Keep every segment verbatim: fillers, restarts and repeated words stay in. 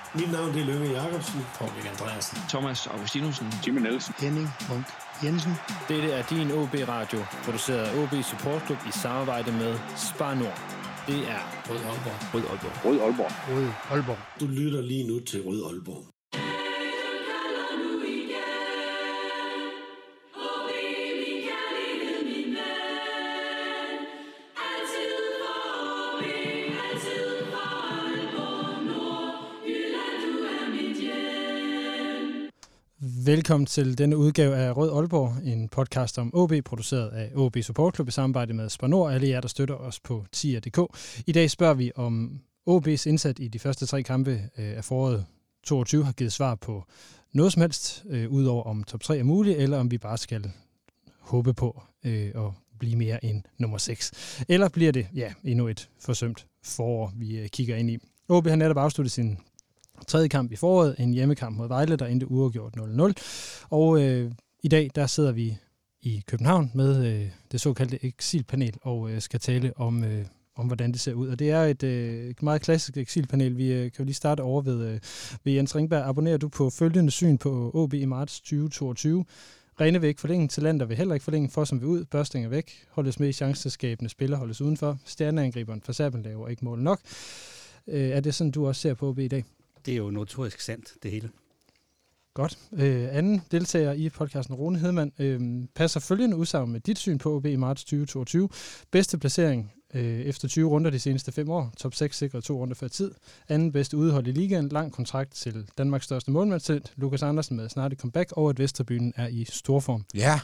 Mit navn det er Lønge Jacobsen. Poul Andreasen. Thomas Augustinusen. Jimmy Nielsen. Henning Munk Jensen. Dette er din O B-radio, produceret af O B Support Club i samarbejde med Spar Nord. Det er Rød Aalborg. Rød Aalborg. Rød Aalborg. Rød Aalborg. Du lytter lige nu til Rød Aalborg. Velkommen til denne udgave af Rød Aalborg, en podcast om O B, produceret af O B Support Club i samarbejde med Spar Nord, alle jer, der støtter os på tier punktum d k. I dag spørger vi, om O B's indsats i de første tre kampe af foråret toogtyve har givet svar på noget som helst, øh, udover om top tre er muligt, eller om vi bare skal håbe på øh, at blive mere end nummer seks. Eller bliver det, ja, endnu et forsømt forår, vi øh, kigger ind i. O B har netop afsluttet sin tredje kamp i foråret, en hjemmekamp mod Vejle, der endte uafgjort nul nul. Og øh, i dag, der sidder vi i København med øh, det såkaldte eksilpanel og øh, skal tale om, øh, om, hvordan det ser ud. Og det er et øh, meget klassisk eksilpanel. Vi øh, kan jo lige starte over ved, øh, ved Jens Ringberg. Abonnerer du på følgende syn på O B i marts tyve toogtyve? Rene vil ikke forlænge, Talander vil heller ikke forlænge, for som vil ud, Børsting er væk, holdes med i chanceskabende spiller, holdes udenfor, stjerneangriberen for Serben laver ikke mål nok. Øh, er det sådan, du også ser på O B i dag? Det er jo notorisk sandt, det hele. Godt. Øh, anden deltager i podcasten, Rune Hedman, øh, passer følgende udsagn med dit syn på O B i marts tyve toogtyve. Bedste placering øh, efter tyve runder de seneste fem år. Top seks sikret to runder før tid. Anden bedste udhold i ligaen. Lang kontrakt til Danmarks største målmandstalent, Lukas Andersen med snart et comeback, og at Vesterbyen er i storform. Ja.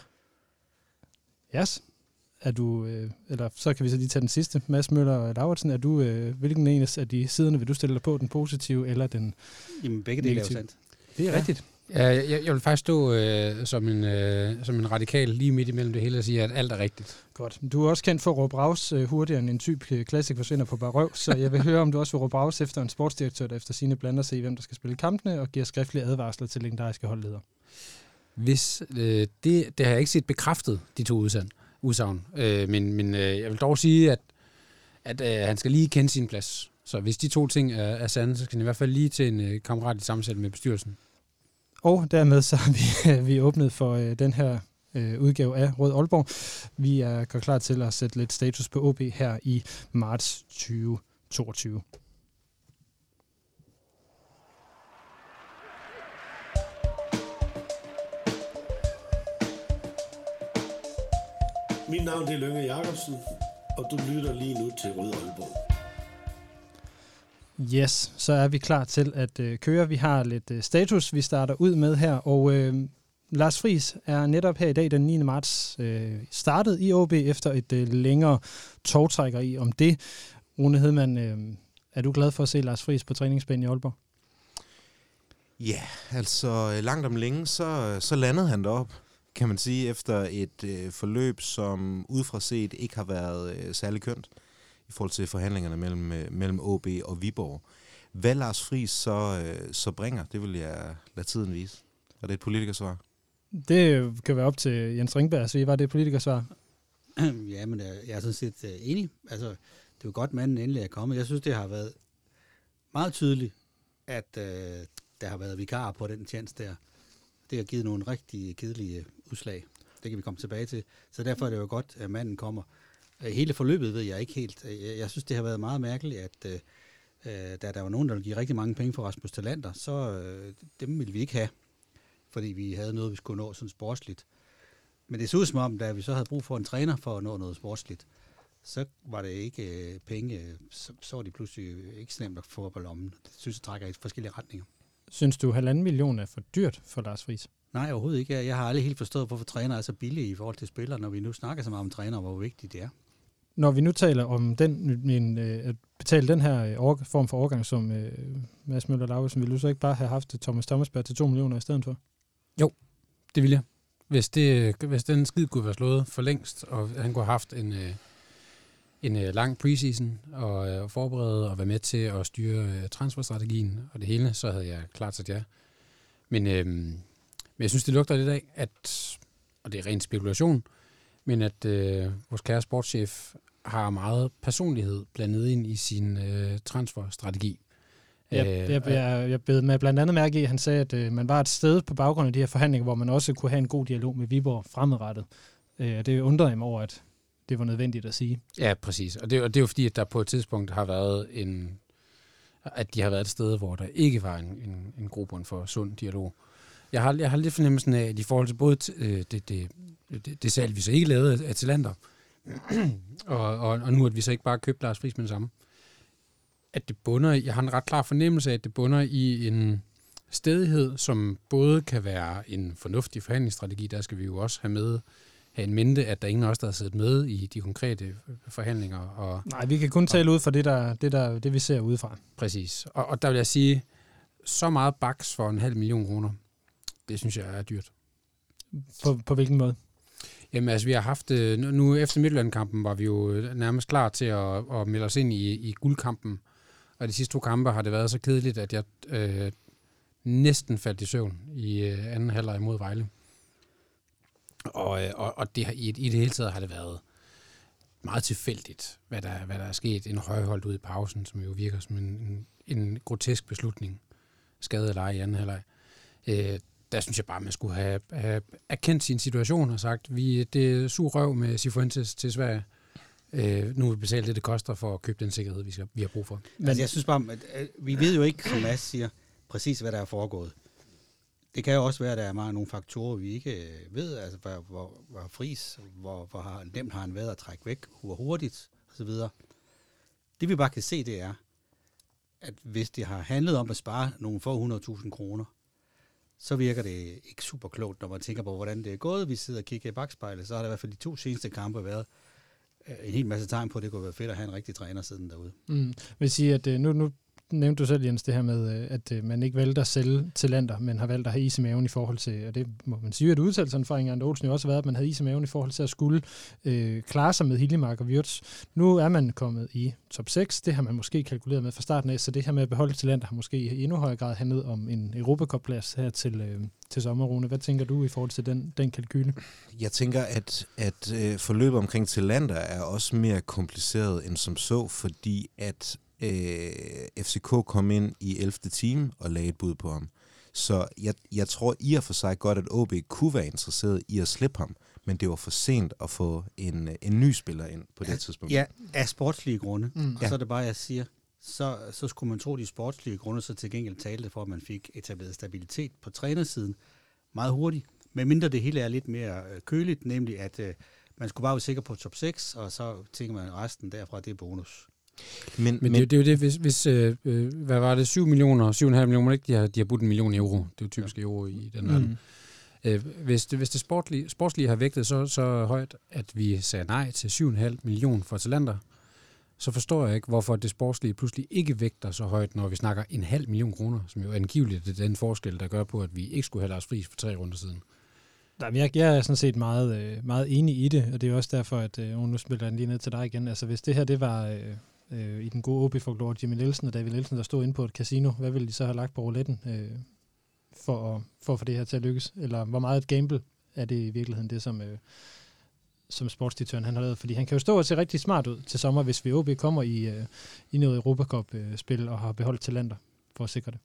Yes. Er du, øh, eller så kan vi så lige tage den sidste. Mads Møller Lauritsen, er du, øh, hvilken en af de siderne vil du stille dig på, den positive eller den Jamen begge dele er jo sandt. Det er ja. rigtigt. Ja, jeg, jeg vil faktisk stå øh, som, en, øh, som en radikal lige midt imellem det hele og sige, at alt er rigtigt. Godt. Du er også kendt for at råbe raus øh, hurtigere end en type klassik forsvinder på bare røv, så jeg vil høre, om du også vil råbe raus efter en sportsdirektør, der efter sine blander sig i, hvem der skal spille kampene, og giver skriftlige advarsler til legendariske holdledere. Hvis øh, det, det har jeg ikke set bekræftet, de to udsagn. udsagn. Øh, men men øh, jeg vil dog sige, at, at øh, han skal lige kende sin plads. Så hvis de to ting er, er sande, så skal han i hvert fald lige til en øh, kammeratlig sammensætning med bestyrelsen. Og dermed så har vi, vi åbnet for øh, den her øh, udgave af Rød Aalborg. Vi er godt klar til at sætte lidt status på O B her i marts tyve toogtyve. Mit navn det er Lønge Jacobsen, og du lytter lige nu til Rød Aalborg. Yes, så er vi klar til at øh, køre. Vi har lidt øh, status, vi starter ud med her, og øh, Lars Friis er netop her i dag, den niende marts, øh, startet i O B efter et øh, længere togtrækker i om det. Rune Hedman, øh, er du glad for at se Lars Friis på træningsbanen i Aalborg? Ja, altså langt om længe, så, så landede han derop, kan man sige, efter et øh, forløb, som udefra set ikke har været øh, særlig kønt i forhold til forhandlingerne mellem, øh, mellem O B og Viborg. Hvad Lars Friis så, øh, så bringer, det vil jeg lade tiden vise. Og det er et politikersvar. Det kan være op til Jens Ringberg, så I var det et politikersvar. Ja, men jeg er sådan set uh, enig. Altså, det er jo godt, manden endelig er kommet. Jeg synes, det har været meget tydeligt, at uh, der har været vikarer på den tjans der. Det har givet nogle rigtig kedelige udslag. Det kan vi komme tilbage til. Så derfor er det jo godt, at manden kommer. Hele forløbet ved jeg ikke helt. Jeg synes, det har været meget mærkeligt, at uh, da der var nogen, der ville give rigtig mange penge for Rasmus Talander, så uh, dem ville vi ikke have, fordi vi havde noget, vi skulle nå sådan sportsligt. Men det så ud som om, da vi så havde brug for en træner for at nå noget sportsligt, så var det ikke uh, penge, så, så var de pludselig ikke så nemt at få på lommen. Det synes jeg trækker i forskellige retninger. Synes du, halvanden million er for dyrt for Lars Friis? Nej, overhovedet ikke. Jeg har aldrig helt forstået, hvorfor træner er så billige i forhold til spillere, når vi nu snakker så meget om træner, hvor vigtigt det er. Når vi nu taler om den, en, at betale den her form for overgang, som uh, Mads Møller Lauritsen, ville du så ikke bare have haft Thomas Thomasberg til to millioner i stedet for? Jo, det ville jeg. Hvis, det, hvis den skid kunne være slået for længst, og han kunne have haft en, en lang preseason og forberede og være med til at styre transferstrategien og det hele, så havde jeg klart sagt ja. Men, øhm, men jeg synes, det lugter lidt af, at, og det er ren spekulation, men at øh, vores kære sportschef har meget personlighed blandet ind i sin øh, transferstrategi. Jeg, Øh, jeg, jeg, jeg bed med blandt andet mærke i, at han sagde, at øh, man var et sted på baggrund af de her forhandlinger, hvor man også kunne have en god dialog med Viborg fremadrettet. Øh, og det undrede jeg mig over, at det var nødvendigt at sige. Ja, præcis. Og det, og det er jo fordi, at der på et tidspunkt har været en... at de har været et sted, hvor der ikke var en, en, en grobund for sund dialog. Jeg har, jeg har lidt fornemmelsen af, at i forhold til både t- øh, det, det, det, det salg, vi så ikke lavede af Talander, og, og, og nu at vi så ikke bare købte Lars Friis med det samme, at det bunder i, jeg har en ret klar fornemmelse af, at det bunder i en stedighed, som både kan være en fornuftig forhandlingsstrategi, der skal vi jo også have med, have en mente, at der er ingen af os, der har siddet med i de konkrete forhandlinger. Og, Nej, vi kan kun tale ud fra det, der, det, der, det vi ser udefra. Præcis. Og, og der vil jeg sige, så meget baks for en halv million kroner, det synes jeg er dyrt. På, på hvilken måde? Jamen altså, vi har haft, nu efter Midtjylland-kampen var vi jo nærmest klar til at, at melde os ind i, i guldkampen, og de sidste to kampe har det været så kedeligt, at jeg øh, næsten faldt i søvn i øh, anden halvleg mod Vejle. Og, øh, og, og det har, i, i det hele taget har det været meget tilfældigt, hvad der, hvad der er sket. En højholdt ud i pausen, som jo virker som en, en, en grotesk beslutning. Skade eller ej i anden halvleg. Øh, der synes jeg bare, man skulle have, have erkendt sin situation og sagt, vi det er sur røv med Cifuentes til Sverige. Øh, nu vil vi betale det, det koster for at købe den sikkerhed, vi, skal, vi har brug for. Men altså, jeg synes bare, at, at vi ved jo ikke, som Mads siger, præcis hvad der er foregået. Det kan jo også være, at der er mange nogle faktorer, vi ikke ved, altså hvor, hvor, hvor Friis, hvor, hvor har, nemt har han været at trække væk, hvor hurtigt osv. Det vi bare kan se, det er, at hvis det har handlet om at spare nogle få hundrede tusind kroner, så virker det ikke super klogt, når man tænker på, hvordan det er gået. Vi sidder og kigger i bagspejlet, så har der i hvert fald de to seneste kampe været en hel masse tegn på, at det kunne være fedt at have en rigtig træner siden derude. Mm. Jeg vil sige, at nu, nu nævnte du selv, Jens, det her med, at man ikke valgte at sælge Talander, men har valgt at have is i maven i forhold til, og det må man sige, at udtalelsen fra Inger Olsen jo også har været, at man havde is i maven i forhold til at skulle øh, klare sig med Hiljemark og Wirtz. Nu er man kommet i top seks, det har man måske kalkuleret med fra starten af, så det her med at beholde Talander har måske i endnu højere grad handlet om en Europacup-plads her til, øh, til sommer, Rune. Hvad tænker du i forhold til den, den kalkyle? Jeg tænker, at, at øh, forløbet omkring Talander er også mere kompliceret end som så, fordi at øh, F C K kom ind i ellevte time og lagde et bud på ham. Så jeg, jeg tror i og for sig godt, at O B kunne være interesseret i at slippe ham, men det var for sent at få en, en ny spiller ind på det ja, tidspunkt. Ja, af sportslige grunde. Mm. Og Ja. så er det bare, jeg siger, så, så skulle man tro, de sportslige grunde så til gengæld talte for, at man fik etableret stabilitet på trænersiden meget hurtigt. Men mindre det hele er lidt mere øh, køligt, nemlig at øh, man skulle bare være sikker på top seks, og så tænker man resten derfra, det er bonus. Men, Men, men det, det er jo det, hvis, hvis øh, hvad var det, syv millioner, syv komma fem millioner, ikke? De har, de har budt en million euro. Det er jo typisk euro i den verden. Mm. Øh, hvis det, hvis det sportslige, sportslige har vægtet så, så højt, at vi sagde nej til syv komma fem millioner for Talander, så forstår jeg ikke, hvorfor det sportslige pludselig ikke vægter så højt, når vi snakker en halv million kroner, som jo angiveligt er den forskel, der gør på, at vi ikke skulle have Lars Friis for tre runder siden. Nej, jeg, jeg er sådan set meget, meget enig i det, og det er også derfor, at øh, nu spiller den lige ned til dig igen. Altså hvis det her, det var øh, øh, i den gode O B-folklore, Jimmy Nielsen og David Nielsen, der stod inde på et casino, hvad ville de så have lagt på rouletten øh, for, at, for at få det her til at lykkes? Eller hvor meget et gamble er det i virkeligheden, det som, øh, som sportsdirektøren han har lavet? Fordi han kan jo stå og se rigtig smart ud til sommer, hvis vi O B kommer i, øh, i noget Europacup-spil og har beholdt Talander for at sikre det.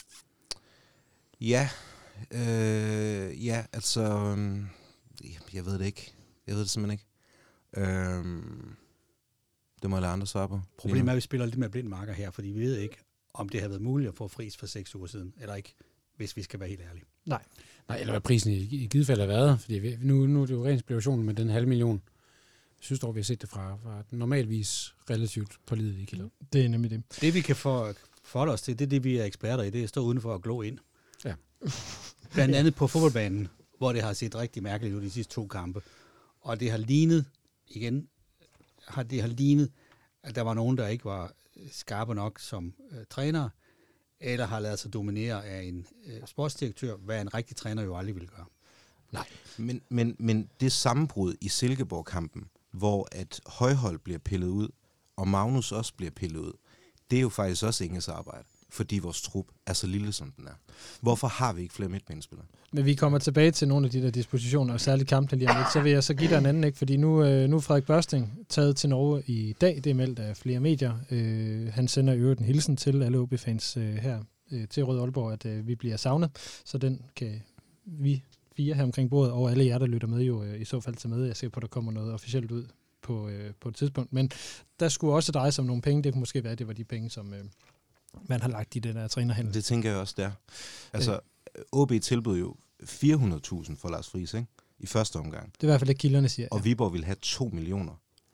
Ja, øh, ja, altså, øh, jeg ved det ikke. Jeg ved det simpelthen ikke. Øh, det må jeg lade andre svare på. Problemet er, at vi spiller lidt med blind marker her, fordi vi ved ikke, om det har været muligt at få Friis for seks uger siden, eller ikke, hvis vi skal være helt ærlige. Nej. Nej, eller hvad prisen i, i givet fald har været, fordi vi, nu, nu er det jo ren spekulation med den halve million. Jeg synes dog, vi har set det fra, fra normalvis relativt pålidelige kilder. Det er nemlig det. Det vi kan for, forholde os til, det er det, vi er eksperter i, det er at stå udenfor og glo ind. Ja. Blandt andet på fodboldbanen, hvor det har set rigtig mærkeligt ud de sidste to kampe. Og det har lignet, igen, har det har lignet, at der var nogen, der ikke var skarpe nok som øh, trænere, eller har ladet sig dominere af en øh, sportsdirektør, hvad en rigtig træner jo aldrig ville gøre. Nej. Men, men, men det sammenbrud i Silkeborg-kampen, hvor at Højhold bliver pillet ud, og Magnus også bliver pillet ud, det er jo faktisk også Inges arbejde. fordi vores trup er så lille, som den er. Hvorfor har vi ikke flere midtbanespillere? Men vi kommer tilbage til nogle af de der dispositioner, og særligt kampene lige om lidt. Så vil jeg så give dig en anden, ikke? Fordi nu, øh, nu er Frederik Børsting taget til Norge i dag. Det er meldt af flere medier. Øh, han sender i øvrigt en hilsen til alle O B-fans øh, her øh, til Rød Aalborg, at øh, vi bliver savnet. Så den kan vi fire her omkring bordet, og alle jer, der lytter med, jo øh, i så fald til med. Jeg ser på, at der kommer noget officielt ud på, øh, på et tidspunkt. Men der skulle også dreje sig om nogle penge. Det kunne måske være, at det var de penge, som øh, man har lagt i den der trænerhandel. Det tænker jeg også, der. Altså, O B tilbød jo fire hundrede tusind for Lars Friis, ikke? I første omgang. Det er i hvert fald det, kilderne siger. Og Viborg vil have to millioner.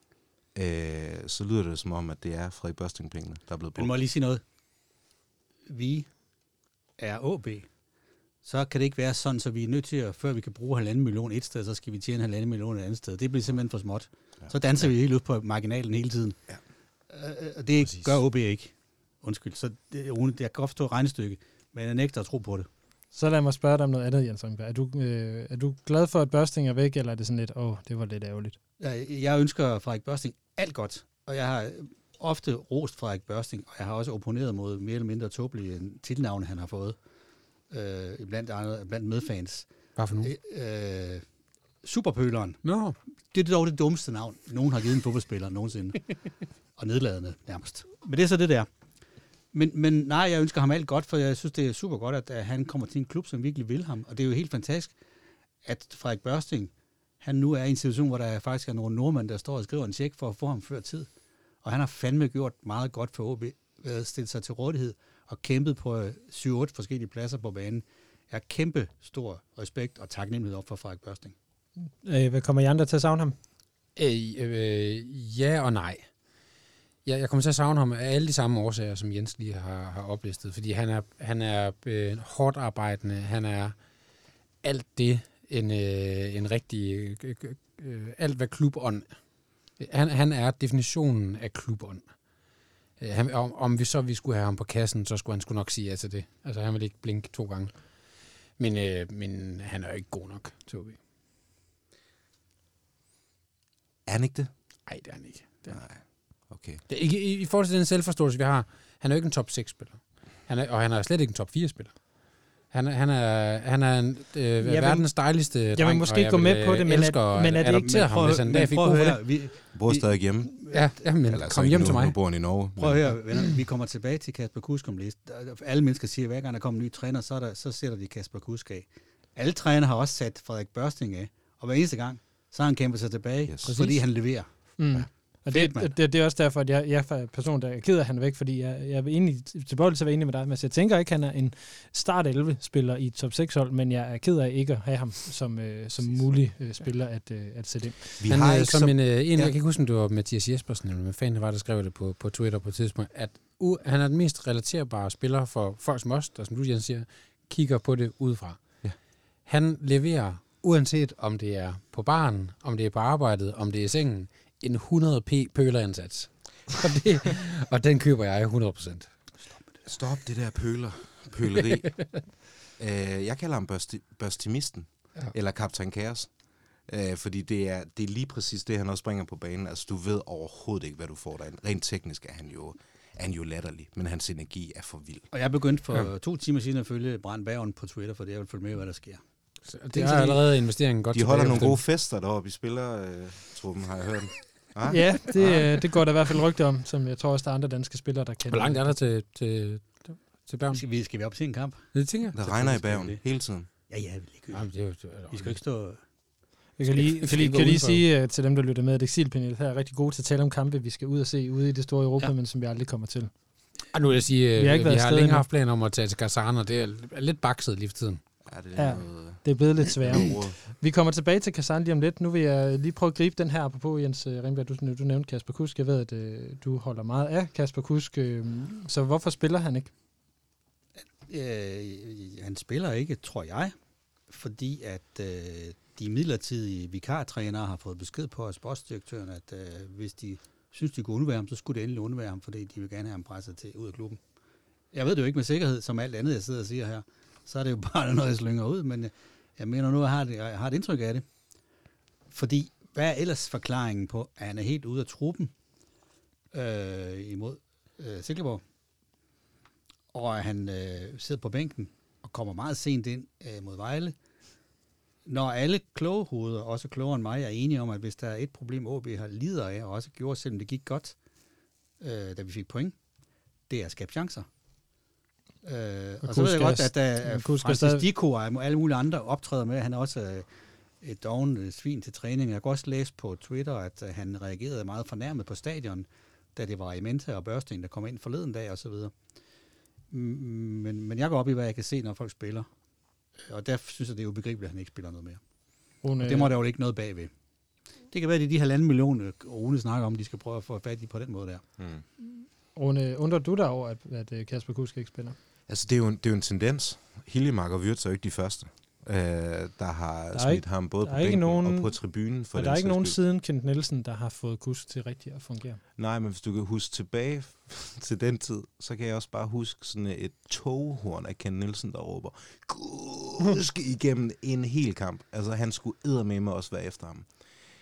Øh, så lyder det som om, at det er Frederik Børsting-pengene, der er blevet brugt. Men må jeg lige sige noget? Vi er O B. Så kan det ikke være sådan, så vi er nødt til at, før vi kan bruge halvanden million et sted, så skal vi tjene halvanden million et andet sted. Det bliver simpelthen for småt. Ja. Så danser ja. vi helt ud på marginalen hele tiden. Ja. Og det Præcis. gør O B ikke. Undskyld. Så det, Rune, jeg kan godt forstå regnestykke, men jeg nægter at tro på det. Så lad mig spørge dig om noget andet, Jens Ringberg. Er du, øh, er du glad for, at Børsting er væk, eller er det sådan lidt, åh, det var lidt ærgerligt? Jeg, jeg ønsker Frederik Børsting alt godt, og jeg har ofte rost Frederik Børsting, og jeg har også opponeret mod mere eller mindre tåbelige titelnavne, han har fået, øh, blandt, andre, blandt medfans. Hvad for nu? Øh, Superpøleren. No. Det er dog det dummeste navn, nogen har givet en fodboldspiller nogensinde. Og nedladende nærmest. Men det er så det der. Men, men nej, jeg ønsker ham alt godt, for jeg synes, det er super godt, at, at han kommer til en klub, som virkelig vil ham. Og det er jo helt fantastisk, at Frederik Børsting, han nu er i en situation, hvor der faktisk er nogle nordmænd, der står og skriver en check for at få ham før tid. Og han har fandme gjort meget godt for O B, ved at stille sig til rådighed og kæmpet på syv otte forskellige pladser på banen. Jeg har kæmpe stor respekt og taknemmelighed op for Frederik Børsting. Øh, hvad kommer I andre til at savne ham? Øh, øh, ja og nej. Jeg, jeg kommer til at savne ham af alle de samme årsager, som Jens lige har, har oplistet. Fordi han er, han er øh, hårdt arbejdende. Han er alt det, en, øh, en rigtig... Øh, øh, alt hvad klubånd. Han, han er definitionen af klubånd. Øh, han, om, om vi så vi skulle have ham på kassen, så skulle han sgu nok sige ja til det. Altså han vil ikke blinke to gange. Men, øh, men han er jo ikke god nok til O B. Er han ikke det? Nej, det er han ikke. Det er Nej. Okay. Det er ikke, i, I forhold til den selvforståelse, vi har, han er jo ikke en top seks-spiller. Han er, og han er slet ikke en top fire-spiller. Han er, han er, han er en, øh, jeg verdens vil, dejligste dreng, jeg vil måske gå med på det, men, at, men er det ikke til ham, hvis han dag fik brug for det? Vi bor stadig hjemme. Ja, ja men Eller, kom hjem nu, til mig. Nu bor han i Norge. Prøv at høre, venner, vi kommer tilbage til Kasper Kusk om lidt. Alle mennesker siger, at hver gang der kommer en ny træner, så, der, så sætter de Kasper Kusk af. Alle træner har også sat Frederik Børsting af, og hver eneste gang, så har han kæmpet sig tilbage, yes. fordi han leverer. Mm. Ja. Og det, det, det, det er også derfor, at jeg, jeg er person, der er ked af, at han er væk, fordi jeg, jeg er enig, tilbøjelig til at være enig med dig, men jeg tænker ikke, at han er en start elleve-spiller i et top seks-hold, men jeg er ked af ikke at have ham som, øh, som mulig øh, spiller at, øh, at sætte ind. Vi men, har øh, ikke som en, øh, en ja. Jeg kan ikke huske, om det var Mathias Jespersen, eller hvad fanden var, der skrev det på, på Twitter på et tidspunkt, at uh, han er den mest relaterbare spiller for folk som os, der som du Jens siger, kigger på det udefra. Ja. Han leverer, uanset om det er på baren, om det er på arbejdet, om det er i sengen, en hundrede p pølerindsats. Og, det, og den køber jeg hundrede procent. Stop det der pøler. Pøleri. uh, jeg kalder ham børsti, børstimisten. Ja. Eller kaptajn Kaos. Uh, fordi det er, det er lige præcis det, han også bringer på banen. Altså, du ved overhovedet ikke, hvad du får derinde. Rent teknisk er han jo, er han jo latterlig, men hans energi er for vild. Og jeg begyndte for ja. to timer siden at følge Brand Bergen på Twitter, for det jeg vil følge med, hvad der sker. Så det, det er allerede investeringen godt. De holder nogle gode fester deroppe i spillertruppen, har jeg hørt. Ah? Ja, det, ah. det går der i hvert fald rygte om, som jeg tror også, der er andre danske spillere, der kan. Hvor langt er der til, til, til Bergen? Skal vi, skal vi op til en kamp? Det tænker jeg. Der regner i Bergen hele tiden. Ja, ja, vi, Jamen, det er jo, det vi skal ikke stå... Jeg kan lige, kan lige, kan lige sige uh, til dem, der lytter med, at Exilpanelet her er rigtig gode til at tale om kampe, vi skal ud og se ude i det store Europa, ja. Men som vi aldrig kommer til. Og nu vil jeg sige, uh, vi har, ikke vi har længe haft planer om at tage til Kazan, og det er lidt bakset lige for tiden. Ja, det er, ja, noget, det er blevet lidt sværere. Vi kommer tilbage til Kazan lige om lidt. Nu vil jeg lige prøve at gribe den her apropos, Jens Ringberg. Du, du nævnte Kasper Kusk. Jeg ved, at øh, du holder meget af Kasper Kusk. Øh, så hvorfor spiller han ikke? Øh, han spiller ikke, tror jeg, fordi at øh, de midlertidige vikartrænere har fået besked på af sportsdirektøren, at øh, hvis de synes, de kunne undvære ham, så skulle det endelig undvære ham, fordi de vil gerne have ham presset til ud af klubben. Jeg ved det jo ikke med sikkerhed, som alt andet, jeg sidder og siger her. Så er det jo bare noget, jeg slynger ud, men jeg mener nu, jeg har, det, jeg har et indtryk af det. Fordi, hvad er ellers forklaringen på, at han er helt ude af truppen øh, imod øh, Silkeborg? og at han øh, sidder på bænken og kommer meget sent ind øh, mod Vejle. Når alle kloge hoveder, også klogere end mig, er enige om, at hvis der er et problem, O B har lider af, og også gjorde, selvom det gik godt, øh, da vi fik point, det er at skabe chancer. Øh, og, og så ved jeg godt, at der Francis Diko og alle mulige andre optræder med, han er også øh, et doven svin til træning. Jeg kan også læse på Twitter, at øh, han reagerede meget fornærmet på stadion, da det var Imenta og Børsting, der kom ind forleden dag og så videre. Men, men jeg går op i, hvad jeg kan se, når folk spiller. Og der synes jeg, det er ubegribeligt, at han ikke spiller noget mere. Rune, og det må der jo ikke noget bagved. Det kan være, at det er de halvanden millioner, Rune snakker om, de skal prøve at få fat i på den måde der. Mm. Rune, undrer du dig over, at, at Kasper Kusk ikke spiller? Altså, det er jo en, det er jo en tendens. Hiljemark og Wirtz er jo ikke de første, øh, der har der smidt ikke, ham både på bænken nogen, og på tribunen. For der er ikke nogen siden Kent Nielsen, der har fået Kusk til rigtigt at fungere. Nej, men hvis du kan huske tilbage til den tid, så kan jeg også bare huske sådan et toghorn af Kent Nielsen, der råber Kusk igennem en hel kamp. Altså, han skulle eddermame også være efter ham.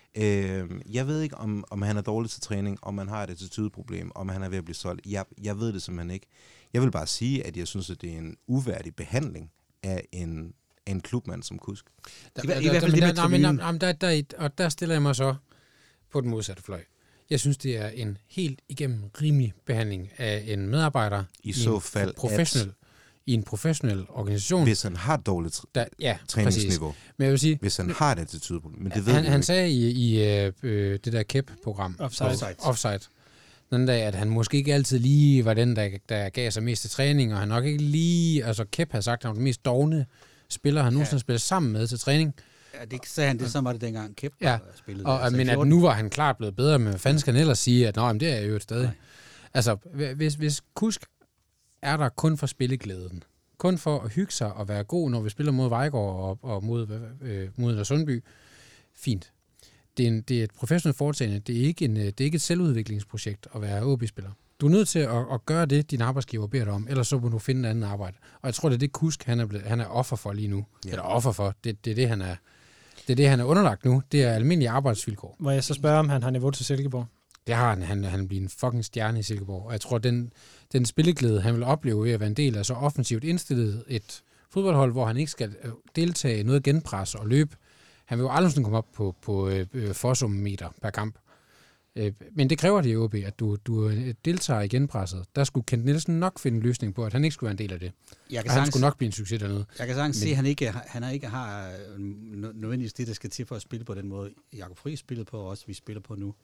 Øh, jeg ved ikke, om, om han er dårlig til træning, om han har et attitudeproblem, om han er ved at blive solgt. Jeg, jeg ved det simpelthen ikke. Jeg vil bare sige, at jeg synes, at det er en uværdig behandling af en, af en klubmand som Kusk. Der, I, der, i hvert fald det med tribunen. Der, der, og der stiller jeg mig så på den modsatte fløj. Jeg synes, det er en helt igennem rimelig behandling af en medarbejder i, i så fald professionel, i en professionel organisation. Hvis han har et dårligt der, ja, træningsniveau. Men jeg vil sige, hvis han har et attitudeproblem. Men det ved han, han ikke. sagde i, i øh, det der K E P-program, Offside, Offside den dag, at han måske ikke altid lige var den, der, der gav sig mest til træning, og han nok ikke lige, altså K E P har sagt, at han var den mest dovne spiller, han ja. nogensinde spillet sammen med til træning. Ja, det sagde han, det så var det dengang K E P ja. spillede. Og, altså men at nu var han klart blevet bedre, men hvad fanden skal han ellers sige, at nå, jamen, det er jo et stadig. Nej. Altså, hvis, hvis Kusk er der kun for spilleglæden, kun for at hygge sig og være god, når vi spiller mod Vejgaard og, og mod, øh, mod Sundby, fint. Det er, en, det er et professionelt foretagende. Det er ikke, en, det er ikke et selvudviklingsprojekt at være O B-spiller. Du er nødt til at, at gøre det, din arbejdsgiver beder dig om, ellers så må du finde et andet arbejde. Og jeg tror, det er det Kusk, han er, blevet, han er offer for lige nu. Ja. Eller offer for. Det, det, er det, han er, det er det, han er underlagt nu. Det er almindelige arbejdsvilkår. Må jeg så spørge, om han har niveau til Silkeborg? Det har han. Han, han bliver en fucking stjerne i Silkeborg. Og jeg tror, den, den spilleglæde, han vil opleve ved at være en del af så offensivt indstillet et fodboldhold, hvor han ikke skal deltage i noget genpres og løbe. Han vil jo aldrig sådan komme op på, på øh, forsummeter per kamp. Øh, men det kræver det i O B, at du, du deltager i genpresset. Der skulle Kent Nielsen nok finde en løsning på, at han ikke skulle være en del af det. Jeg kan og han skulle nok blive en succes dernede. Jeg kan sagtens se, at han ikke, han ikke har nødvendigvis det, der skal til for at spille på den måde. Jakob Friis spillede på, og også vi spiller på nu.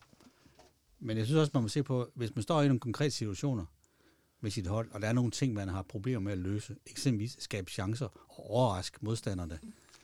Men jeg synes også, man må se på, hvis man står i nogle konkrete situationer med sit hold, og der er nogle ting, man har problemer med at løse, eksempelvis skabe chancer og overraske modstanderne,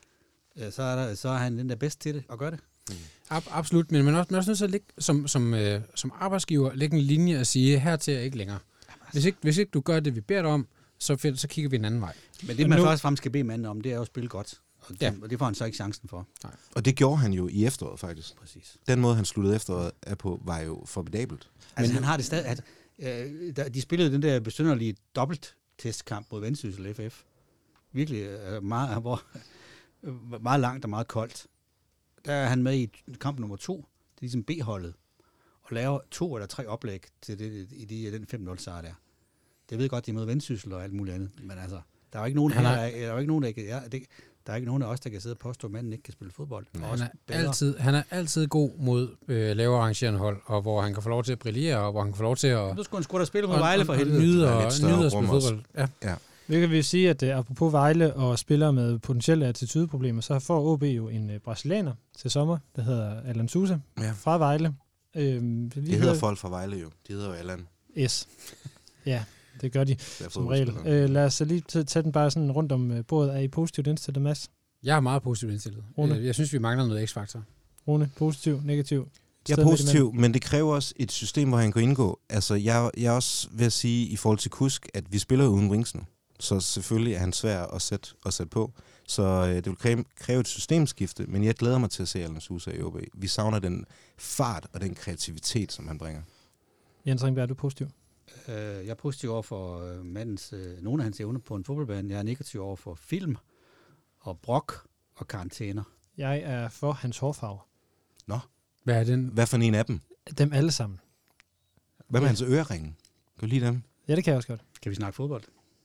så er, der, så er han den der bedst til det at gøre det. Mm. Ab- absolut, men man er også, man er også nødt til at ligge, som, som, øh, som arbejdsgiver lægge en linje og sige, hertil er ikke længere. Hvis ikke, hvis ikke du gør det, vi beder dig om, så, så kigger vi en anden vej. Men det, man nu, først frem skal bede manden om, det er jo at spille godt. Og, ja. og det får han så ikke chancen for. Nej. Og det gjorde han jo i efteråret, faktisk. Præcis. Den måde, han sluttede efteråret af på, var jo formidabelt. Altså, men han har det stadig... At, øh, der, de spillede den der besynderlige dobbelt-testkamp mod Vendsyssel F F. Virkelig øh, meget, hvor, øh, meget langt og meget koldt. Der er han med i kamp nummer to. Det er ligesom B-holdet. Og laver to eller tre oplæg til det, i de, den fem nul sejr der. Det ved godt, de er med Vendsyssel og alt muligt andet. Men altså, der er jo ikke nogen, her, der, er, der er jo ikke nogen, der kan... Ja, det, Der er ikke nogen af os, der kan sidde og påstå, at manden ikke kan spille fodbold. Han er, altid, han er altid god mod øh, lavere arrangerende hold, og hvor han kan få lov til at brillere, og hvor han kan få lov til at... Nu skulle han sgu da spille mod Vejle for helvede. Nyde og, nyde at spille fodbold. Ja. Ja. Det kan vi sige, at uh, apropos Vejle og spillere med potentielle attitudeproblemer, så får O B jo en uh, brasilianer til sommer, der hedder Alan Sousa, ja. fra Vejle. Øhm, det hedder, hedder folk fra Vejle jo. De hedder jo Alan. S. Ja. Det gør de, det som regel. Øh, lad os lige tage den bare sådan rundt om bordet. Er I positivt indstillet, Mads? Jeg er meget positivt indstillet. Rune? Jeg synes, vi mangler noget x-faktor. Rune, positiv, negativ? Jeg er positiv, men det kræver også et system, hvor han kan indgå. Altså, jeg, jeg er også ved at sige, i forhold til Kusk, at vi spiller uden wings nu. Så selvfølgelig er han svær at sætte, at sætte på. Så øh, det vil kræve, kræve et systemskifte, men jeg glæder mig til at se Alan Sousa i O B. Vi savner den fart og den kreativitet, som han bringer. Jens Ringberg, er du positiv? Uh, jeg er positiv over for uh, mandens, uh, nogle af hans evner på en fodboldbane. Jeg er negativ over for film og brok og karantæner. Jeg er for hans hårfarve. Nå. Hvad er den? Hvad for en af dem? Dem alle sammen. Hvad med ja. hans øreringe? Kan du lide dem? Ja, det kan jeg også godt. Kan vi snakke fodbold?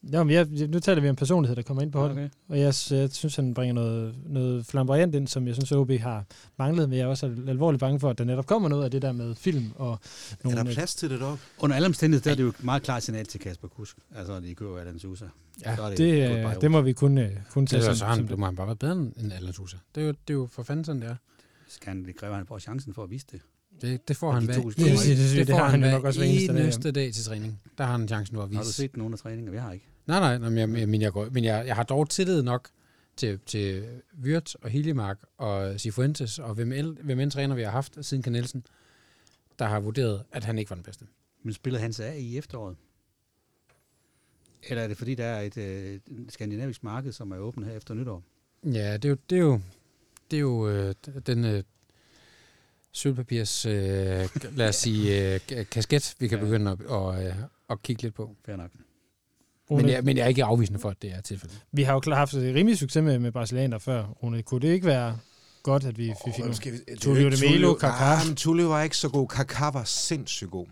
Ja, men jeg, nu taler vi om personlighed, der kommer ind på holdet. Okay. Og jeg, jeg synes, han bringer noget, noget flamboyant ind, som jeg synes, O B har manglet. Men jeg er også alvorligt bange for, at der netop kommer noget af det der med film. Og nogle, Er der plads til det deroppe? Under alle omstændigheder, der er det jo et meget klart signal til Kasper Kusk. Altså, de køber Alan Sousa. ja, Så er det, det det, godt det må vi kun, kun Det tage er som, så han, som det må han bare være bedre end Alan Sousa. Det er jo, det er jo for fanden sådan, det er. Kan det kræver, at han får chancen for at vise det. Det, det får Og han de hver to eneste skal- Det- det- det- det det får har han han jo hver nok også hver eneste dag, eneste dag til træning. Der har han chancen for at vise. Har du set nogle af træningerne? Jeg har ikke. Nej, nej, nej men, jeg, men, jeg, går, men jeg, jeg har dog tillid nok til, til Wirtz og Hiljemark og Cifuentes og hvem, el, hvem end træner vi har haft siden Ken Nielsen, der har vurderet, at han ikke var den bedste. Men spiller han sig af i efteråret? Eller er det fordi, der er et øh, skandinavisk marked, som er åbent her efter nytår? Ja, det er jo, det er jo, det er jo øh, den øh, sølvpapirs, øh, lad os sige, øh, kasket, vi kan Ja. begynde at, og, øh, at kigge lidt på. Fair nok. Men jeg, men jeg er ikke afvisende for, at det er tilfældet. Vi har jo klart haft et rimelig succes med, med brasilianer før, Rune. Kunne det ikke være godt, at vi, vi fik nogle... Tullio de Melo, Kaká. Nej, men Tullio var ikke så god. Kaká var sindssygt god.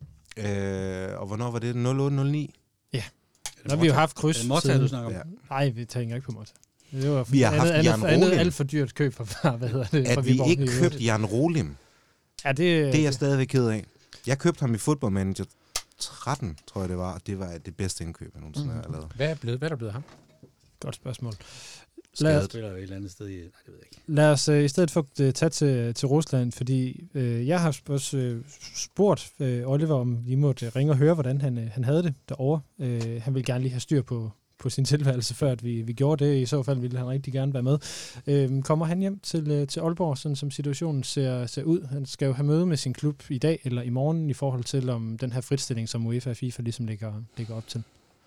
Øh, og hvornår var det? nul otte nul ni? Der har vi jo haft kryds Er det Motta, siden. du snakker om? Ja. Nej, vi tænker ikke på Motta. Det var Vi har andet, haft andet, Jan andet, Rolim. alt for dyrt køb fra, hvad hedder det, fra At vi Viborg. ikke købte Jan Rolim, Ja, det, det er jeg stadigvæk ked af. Jeg købte ham i Football Manager tretten, tror jeg det var, og det var det bedste indkøb, jeg nogensinde Mhm. har lavet. Hvad er, blevet, hvad er der blevet af ham? Godt spørgsmål. Lad Lad, os spiller jo et eller andet sted i... Nej, det ved jeg ikke. lad os uh, i stedet for uh, tage til, til Rusland, fordi uh, jeg har også uh, spurgt uh, Oliver, om vi måtte ringe og høre, hvordan han, uh, han havde det derovre. Uh, han ville gerne lige have styr på, på sin tilværelse, før at vi, vi gjorde det. I så fald ville han rigtig gerne være med. Uh, kommer han hjem til, uh, til Aalborg, sådan som situationen ser, ser ud? Han skal jo have møde med sin klub i dag eller i morgen i forhold til om den her fritstilling, som UEFA og FIFA ligesom ligger, ligger op til.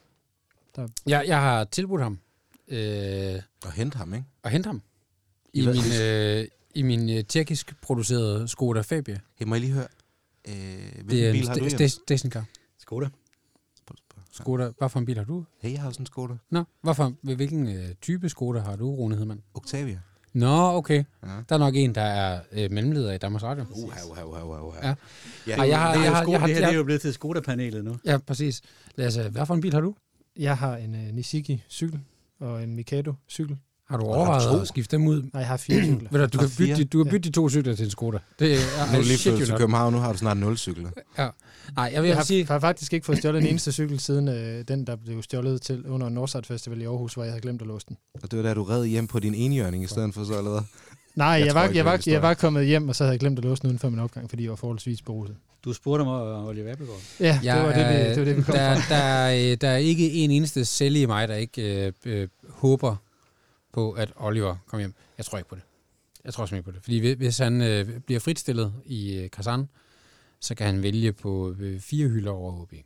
Der, Jeg, jeg har tilbudt ham øh, Og hente ham, ikke? at hente ham I i hvad? min, øh, i min øh, tjekkisk producerede Skoda Fabia. Hey, må jeg lige høre? Øh, Det hvilken er bil en har du sta- hjemme? sta- stationcar. Skoda. Skoda. Hvad for en bil har du? Hey, jeg har også en Skoda. Nå, hvorfor, hvilken øh, type Skoda har du, Rune Hedman? Octavia. Nå, okay. Ja. Der er nok en, der er øh, mellemleder i Danmarks Radio. Uha, uha, uha, uha, uha. Ja. Ja. Ej, jeg har- det, er jeg jo har- Skoda, jeg har- det her jeg- det er jo blevet til Skoda-panelet nu. Ja, præcis. Lad os, øh, hvad for en bil har du? jeg har en uh, Nishiki cykel og en Mikado cykel. Har du Og der er overvejet to. at skifte dem ud? Nej, jeg har fire cykler. Ved du, du, kan fire? bytte, de- du kan bytte de to cykler til en Skoda. Det er, Nu er du lige flyttet til København, nu har du snart nul cykler. Nej, jeg vil Jeg har, sige... har faktisk ikke fået stjålet en eneste cykel siden øh, den, der blev stjålet til under Northside Festival i Aarhus, hvor jeg havde glemt at låse den. Og det var da, du red hjem på din enhjørning i stedet for så eller hvad? Nej, Jeg jeg, tror var, ikke, jeg, det er var, en jeg var kommet hjem, og så havde jeg glemt at låse den uden for min opgang, fordi jeg var forholdsvis beruset. Du spurgte mig, Oliver Appelgaard. Ja, Jeg det var det, vi, er- det, var det, vi kom der, fra. der, er, der er ikke en eneste celle i mig, der ikke øh, øh, håber på, at Oliver kommer hjem. Jeg tror ikke på det. Jeg tror simpelthen ikke på det. Fordi hvis han øh, bliver fritstillet i øh, Kazan, så kan han vælge på øh, fire hylder over O B.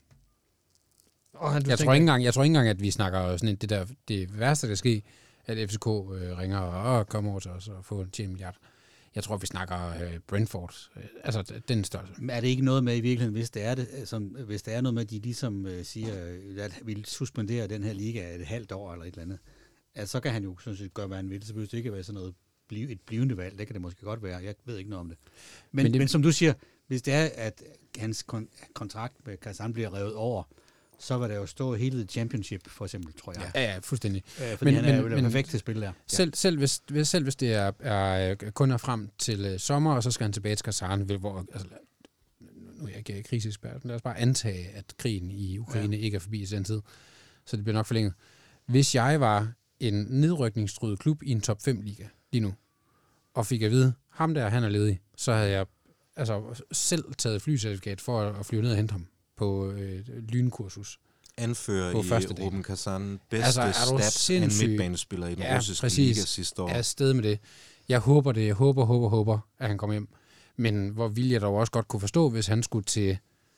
Og han, du Jeg tænker, tror, ikke engang, jeg tror ikke engang, at vi snakker sådan en, det, der, det værste, der kan ske, at F C K øh, ringer og åh, kommer over til os og får en milliard. Jeg tror, vi snakker øh, Brentford. Øh, altså, den størrelse. Men er det ikke noget med i virkeligheden, hvis det er, det, som, hvis det er noget med, at de ligesom øh, siger, øh, at vi suspendere den her liga et halvt år eller et eller andet, at så kan han jo sådan set gøre, hvad han vil. Så behøver det ikke være sådan noget blive, et blivende valg. Det kan det måske godt være. Jeg ved ikke noget om det. Men, Men men, det- men som du siger, hvis det er, at hans kon- kontrakt med Kazan bliver revet over, så vil der jo stå hele championship, for eksempel, tror jeg. Ja, ja, fuldstændig. Ja. Fordi Men- men, han er men- jo men- perfekt til at spille der. Selv, selv, hvis, hvis, selv hvis det er, er kun er frem til øh, sommer, og så skal han tilbage til Kazan, hvor, altså, nu er jeg ikke kriseekspert, men lad os bare antage, at krigen i Ukraine ja. ikke er forbi i den tid, så det bliver nok forlænget. Hvis jeg var en nedrykningstruet klub i en top fem liga lige nu, og fik at vide, ham der, han er ledig, så havde jeg altså, selv taget flycertifikat for at, at flyve ned og hente ham på øh, lynkursus. Anfører På i første dag. Ruben Kazan bedste Altså, er du stats af en sindssyg? midtbanespiller i den Ja, russiske præcis. liga sidste år. Er afsted med det. Jeg håber det. Jeg håber, håber, håber, at han kommer hjem. Men hvor vil jeg dog også godt kunne forstå, hvis han skulle til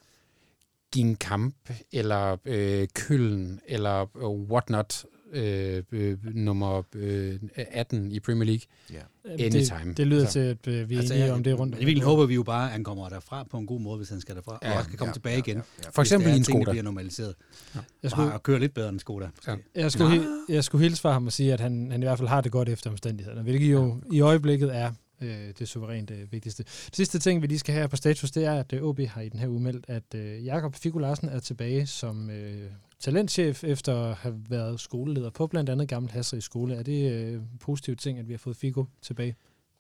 din kamp, eller øh, Køln, eller øh, whatnot, øh, øh, nummer øh, atten i Premier League. Ja. anytime. Det, det lyder Altså. til, at øh, vi er Altså, enige jeg- om det rundt. I virkeligheden håber vi jo bare, at han kommer derfra på en god måde, hvis han skal derfra, Ja, og også kan komme ja, tilbage ja, igen. ja, ja. For eksempel i en Skoda. Skoda. bliver normaliseret. Jeg skulle, Og køre lidt bedre end Skoda. Ja. jeg, skulle, hi- jeg skulle hilse fra ham og sige, at han, han i hvert fald har det godt efter omstændighederne, hvilket jo i øjeblikket er øh, det suverænt øh, vigtigste. Det sidste ting, vi lige skal have på status, det er, at øh, O B har i den her uge meldt, at øh, Jakob Figo Larsen er tilbage som øh, talentchef efter at have været skoleleder på blandt andet Gammel Hasserig Skole. Er det øh, en positiv ting, at vi har fået Figo tilbage?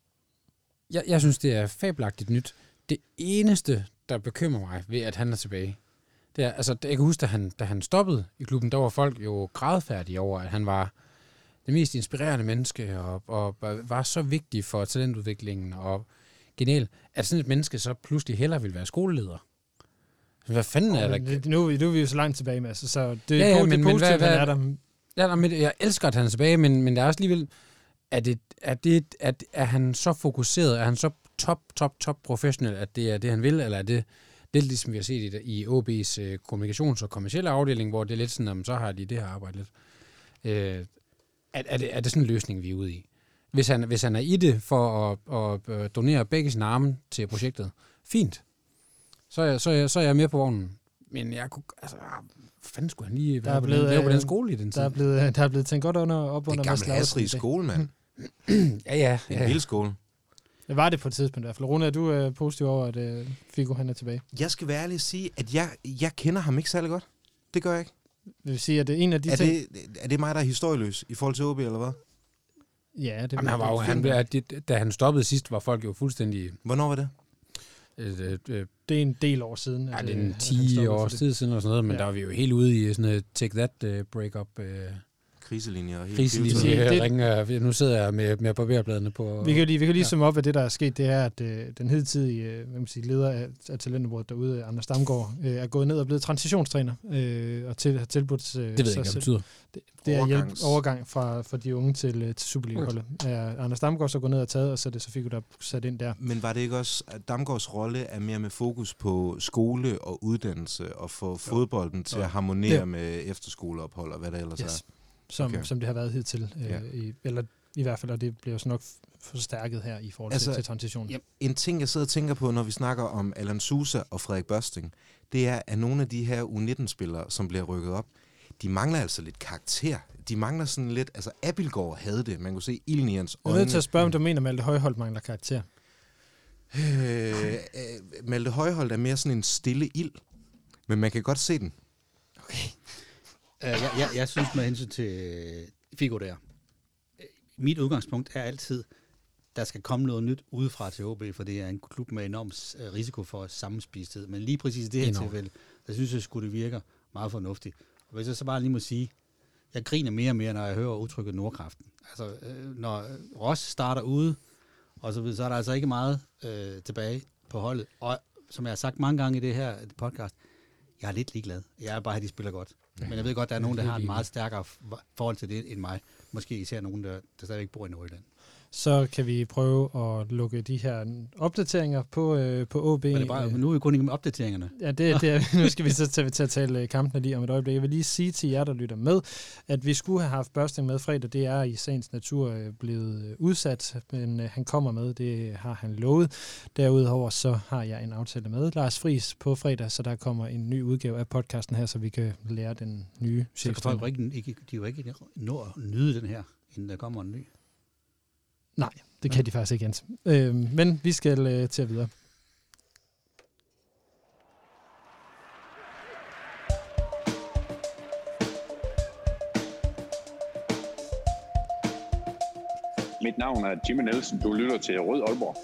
Jeg, jeg synes, det er fabelagtigt nyt. Det eneste, der bekymrer mig ved, at han er tilbage, det er, altså, jeg kan huske, da han, da han stoppede i klubben, der var folk jo grædfærdige over, at han var det mest inspirerende menneske, og, og var så vigtig for talentudviklingen, og genial, at sådan et menneske så pludselig hellere vil være skoleleder. Hvad fanden oh, er der? Det, nu, nu er vi jo så langt tilbage med, så det, ja, ja, det men, er positivt, men hvad, han er der. Ja, men jeg elsker, at han er tilbage, men, men der er også alligevel, er, det, er, det, er, er han så fokuseret, er han så top, top, top professionel, at det er det, han vil, eller er det, det er ligesom vi har set i, i O B's øh, kommunikations- og kommercielle afdeling, hvor det er lidt sådan, om så har de det her arbejde lidt. Øh, er, er, det, er det sådan en løsning, vi er ude i? Hvis han, hvis han er i det for at, at donere begge sine arme til projektet, fint. Så er, jeg, så, er jeg, så er jeg med på vognen. Men jeg kunne, altså, hvad fanden skulle han lige være på, på den skole i den tid? Der er blevet, der er blevet tænkt godt under, op under Mads Laursen. Det er Gammel Hasserig Skole, mand. ja, ja. Det er en vild skole. Det var det på et tidspunkt i hvert fald. Rune, er du øh, positiv over, at øh, Figo han er tilbage? Jeg skal være ærlig at sige, at jeg, jeg kender ham ikke særlig godt. Det gør jeg ikke. Det vil sige, at det er en af de er ting... Det, er det mig, der er historieløs i forhold til O B, eller hvad? Ja, det Jamen, han var jo, han, da han stoppede sidst, var folk jo fuldstændig... Hvornår var det? Øh, øh, øh, det er en del år siden. Ja, det er en ti års tid siden, og sådan noget, men ja. Der var vi jo helt ude i sådan et take that uh, break-up... Uh, kriselinjer og helt kriselinjer. Det, ringer, nu sidder jeg med, med barberbladene på... Vi kan lige, vi kan lige ja. summe op, at det, der er sket, det er, at øh, den hidtidige øh, hvad man siger, leder af, af talentområdet derude, Anders Damgaard, øh, er gået ned og blevet transitionstræner, øh, og til, har tilbudt... Øh, det ved jeg ikke, hvad det betyder. Det, det er hjælp, overgang fra, fra de unge til, øh, til Superliga-holdet. Ja, Anders Damgaard så gået ned og taget, og så er det så fik der sat ind der. Men var det ikke også, at Damgaards rolle er mere med fokus på skole og uddannelse, og få fodbolden til ja. at harmonere det. med efterskoleophold, og hvad der ellers yes. er? Som, okay. som det har været hidtil. Øh, ja. i, eller i hvert fald, og det bliver så nok forstærket her i forhold altså, til, til transitionen. Ja, en ting, jeg sidder og tænker på, når vi snakker om Allan Sousa og Frederik Børsting, det er, at nogle af de her U nitten-spillere, som bliver rykket op, de mangler altså lidt karakter. De mangler sådan lidt... Altså, Abildgaard havde det. Man kunne se ilden i hans øjne. Jeg er nødt til at spørge, om du mener, at Malte Højholdt mangler karakter? Øh, øh, Malte Højholdt er mere sådan en stille ild, men man kan godt se den. Okay. Uh, jeg, jeg, jeg synes med hensyn til Figo der, mit udgangspunkt er altid, der skal komme noget nyt udefra til O B, for det er en klub med enorm risiko for sammenspisthed. Men lige præcis det her enorm. tilfælde, der synes jeg, skulle det virker meget fornuftigt. Og hvis jeg så bare lige må sige, jeg griner mere og mere, når jeg hører udtrykket Nordkraften. Altså, når Ross starter ude, og så videre, så er der altså ikke meget øh, tilbage på holdet. Og som jeg har sagt mange gange i det her podcast, jeg er lidt ligeglad. Jeg er bare, at de spiller godt. Men jeg ved godt, der er nogen, der har et meget stærkere forhold til det end mig. Måske især nogen, der, der stadigvæk bor i Nordjylland. Så kan vi prøve at lukke de her opdateringer på, øh, på O B. Men det er bare, nu er vi kun ikke med opdateringerne. Ja, det, det er, nu skal vi så til, til at tale kampene lige om et øjeblik. Jeg vil lige sige til jer, der lytter med, at vi skulle have haft Børsting med fredag. Det er i sagens natur blevet udsat, men han kommer med. Det har han lovet. Derudover så har jeg en aftale med Lars Friis på fredag, så der kommer en ny udgave af podcasten her, så vi kan lære den nye chef. Så kan folk ikke, ikke, de jo ikke nå at nyde den her, inden der kommer en ny. Nej, det kan ja. de faktisk ikke, Jens. Øh, men vi skal øh, til at videre. Mit navn er Jimmy Nielsen. Du lytter til Rød Aalborg.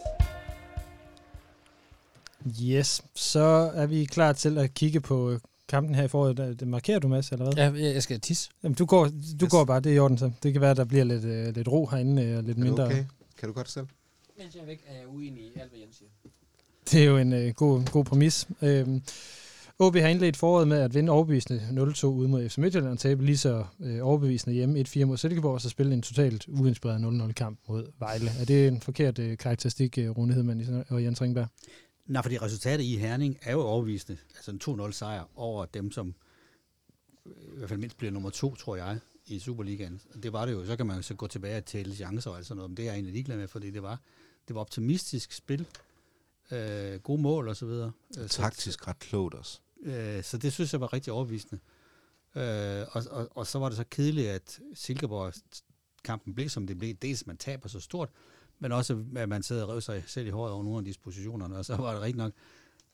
Yes, så er vi klar til at kigge på kampen her i foråret. Det markerer du, Mads, eller hvad? Ja, jeg skal tisse. Jamen, du går, du yes. går bare, det er i orden så. Det kan være, at der bliver lidt, øh, lidt ro herinde, og lidt mindre... Okay? Kan du godt selv? Mens jeg er væk, er jeg uenig i alt, hvad Jens siger. Det er jo en øh, god, god præmis. Øhm, O B har indledt foråret med at vinde overbevisende nul to ude mod F C Midtjylland, og tabe lige så øh, overbevisende hjemme et fire mod Silkeborg, og så spille en totalt uinspireret nul nul kamp mod Vejle. Er det en forkert øh, karakteristik, øh, Rune Hedman og Jens Ringberg? Nej, fordi resultatet i Herning er jo overbevisende. Altså en to nul sejr over dem, som i hvert fald mindst bliver nummer to, tror jeg, i Superligaen. Det var det jo. Så kan man jo så gå tilbage og tælle chancer og alt sådan noget, men det er jeg egentlig ligeglad med, fordi det var, det var optimistisk spil, øh, gode mål og så videre. Taktisk ret klogt også. Øh, så det synes jeg var rigtig overbevisende. Øh, og, og, og så var det så kedeligt, at Silkeborg-kampen blev, som det blev. Dels man taber så stort, men også at man sidder og rev sig selv i håret over nogle af dispositionerne, og så var det rigtig nok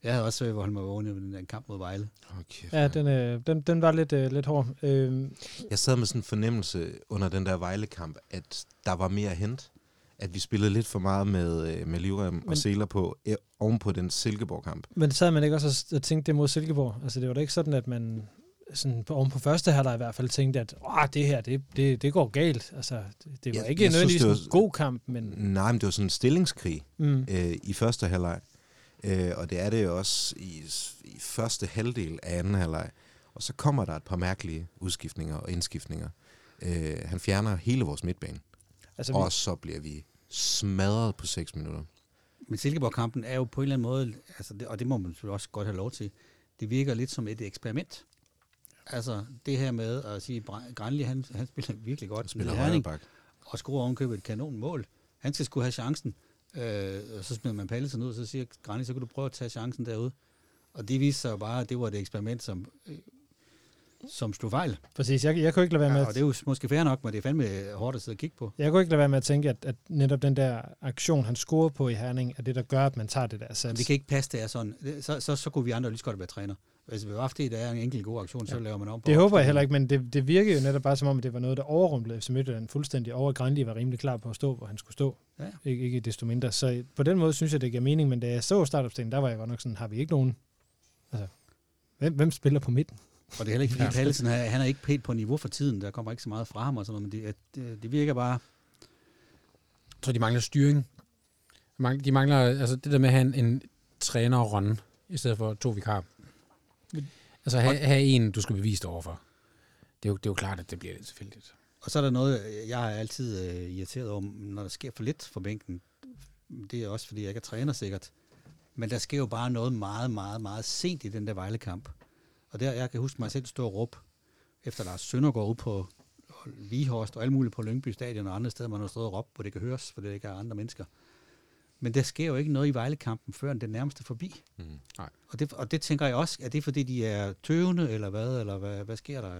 Jeg havde også holdt mig vågen i den der kamp mod Vejle. Okay, Ja, den, øh, den, den var lidt, øh, lidt hård. Øh, Jeg sad med sådan en fornemmelse under den der Vejle-kamp, at der var mere at hente. At vi spillede lidt for meget med, med livrem og seler på, eh, oven på den Silkeborg-kamp. men sad man ikke også og tænkte det mod Silkeborg? Altså, det var da ikke sådan, at man sådan på, oven på første halvleg i hvert fald tænkte, at Åh, det her, det, det, det går galt. Altså, det, det var Jeg- ikke jeg nødvendigvis synes, det en var- god kamp, men... Nej, men det var sådan en stillingskrig Mm. øh, i første halvleg. Øh, og det er det jo også i, i første halvdel af anden halvleg. Og så kommer der et par mærkelige udskiftninger og indskiftninger. Øh, han fjerner hele vores midtbane. Altså, Og så bliver vi smadret på seks minutter. Men Silkeborg-kampen er jo på en eller anden måde, altså det, og det må man selvfølgelig også godt have lov til, det virker lidt som et eksperiment. Altså det her med at sige, Bra- Granli, han, han spiller virkelig godt. Han spiller med Herning, højre bak. og scorer ovenkøbet et kanon mål. Han skal skulle have chancen. Øh, og så smider man Pallesen ud, og så siger Granli, så kan du prøve at tage chancen derude. Og det viste sig jo bare, at det var et eksperiment, som, øh, som slog fejl. præcis, jeg, jeg kunne ikke lade være med Ja, at... og det er jo måske fair nok, men det er fandme hårdt at sidde og kigge på. Jeg kunne ikke lade være med at tænke, at, at netop den der aktion, han scorer på i Herning, er det, der gør, at man tager det der Men sats. det kan ikke passe, det er sådan. Det, så, så, så kunne vi andre lige så godt være træner. Hvis vi har haft det, der er en enkelt god aktion, ja. så laver man om på. Det håber jeg heller ikke, men det, det virker jo netop bare som om, at det var noget, der overrumplede F C Midtjylland fuldstændig over. Granli var rimelig klar på at stå, hvor han skulle stå. Ja. Ikke, ikke desto mindre. Så på den måde synes jeg, det giver mening, men da jeg så startopstillingen, der var jeg godt nok sådan, har vi ikke nogen... Altså, hvem, hvem spiller på midten? Og det er heller ikke, fordi ja. Pallesen, han, han er ikke helt på niveau for tiden. Der kommer ikke så meget fra ham og sådan noget, men det, det, det virker bare... Jeg tror, de mangler styring. De mangler altså det der med at have en, en træner og run, i stedet for to vikarer. Altså have, have en, du skal bevise dig overfor. Det er, jo, det er jo klart, at det bliver lidt tilfældigt. Og så er der noget, jeg er altid øh, irriteret om, når der sker for lidt for bænken. Det er også, fordi jeg ikke er træner sikkert. Men der sker jo bare noget meget, meget, meget sent i den der Vejle-kamp. Og der, jeg kan huske mig selv stå og råbe, efter Lars Søndergaard ude på Vihorst og alt muligt på Lyngby Stadion og andre steder, man har stået og råbt, hvor det kan høres, for det ikke er andre mennesker. Men der sker jo ikke noget i Vejle-kampen, før den nærmeste forbi. Mm. Nej. Og, det, og det tænker jeg også, er det fordi, de er tøvende, eller hvad, eller hvad, hvad sker der?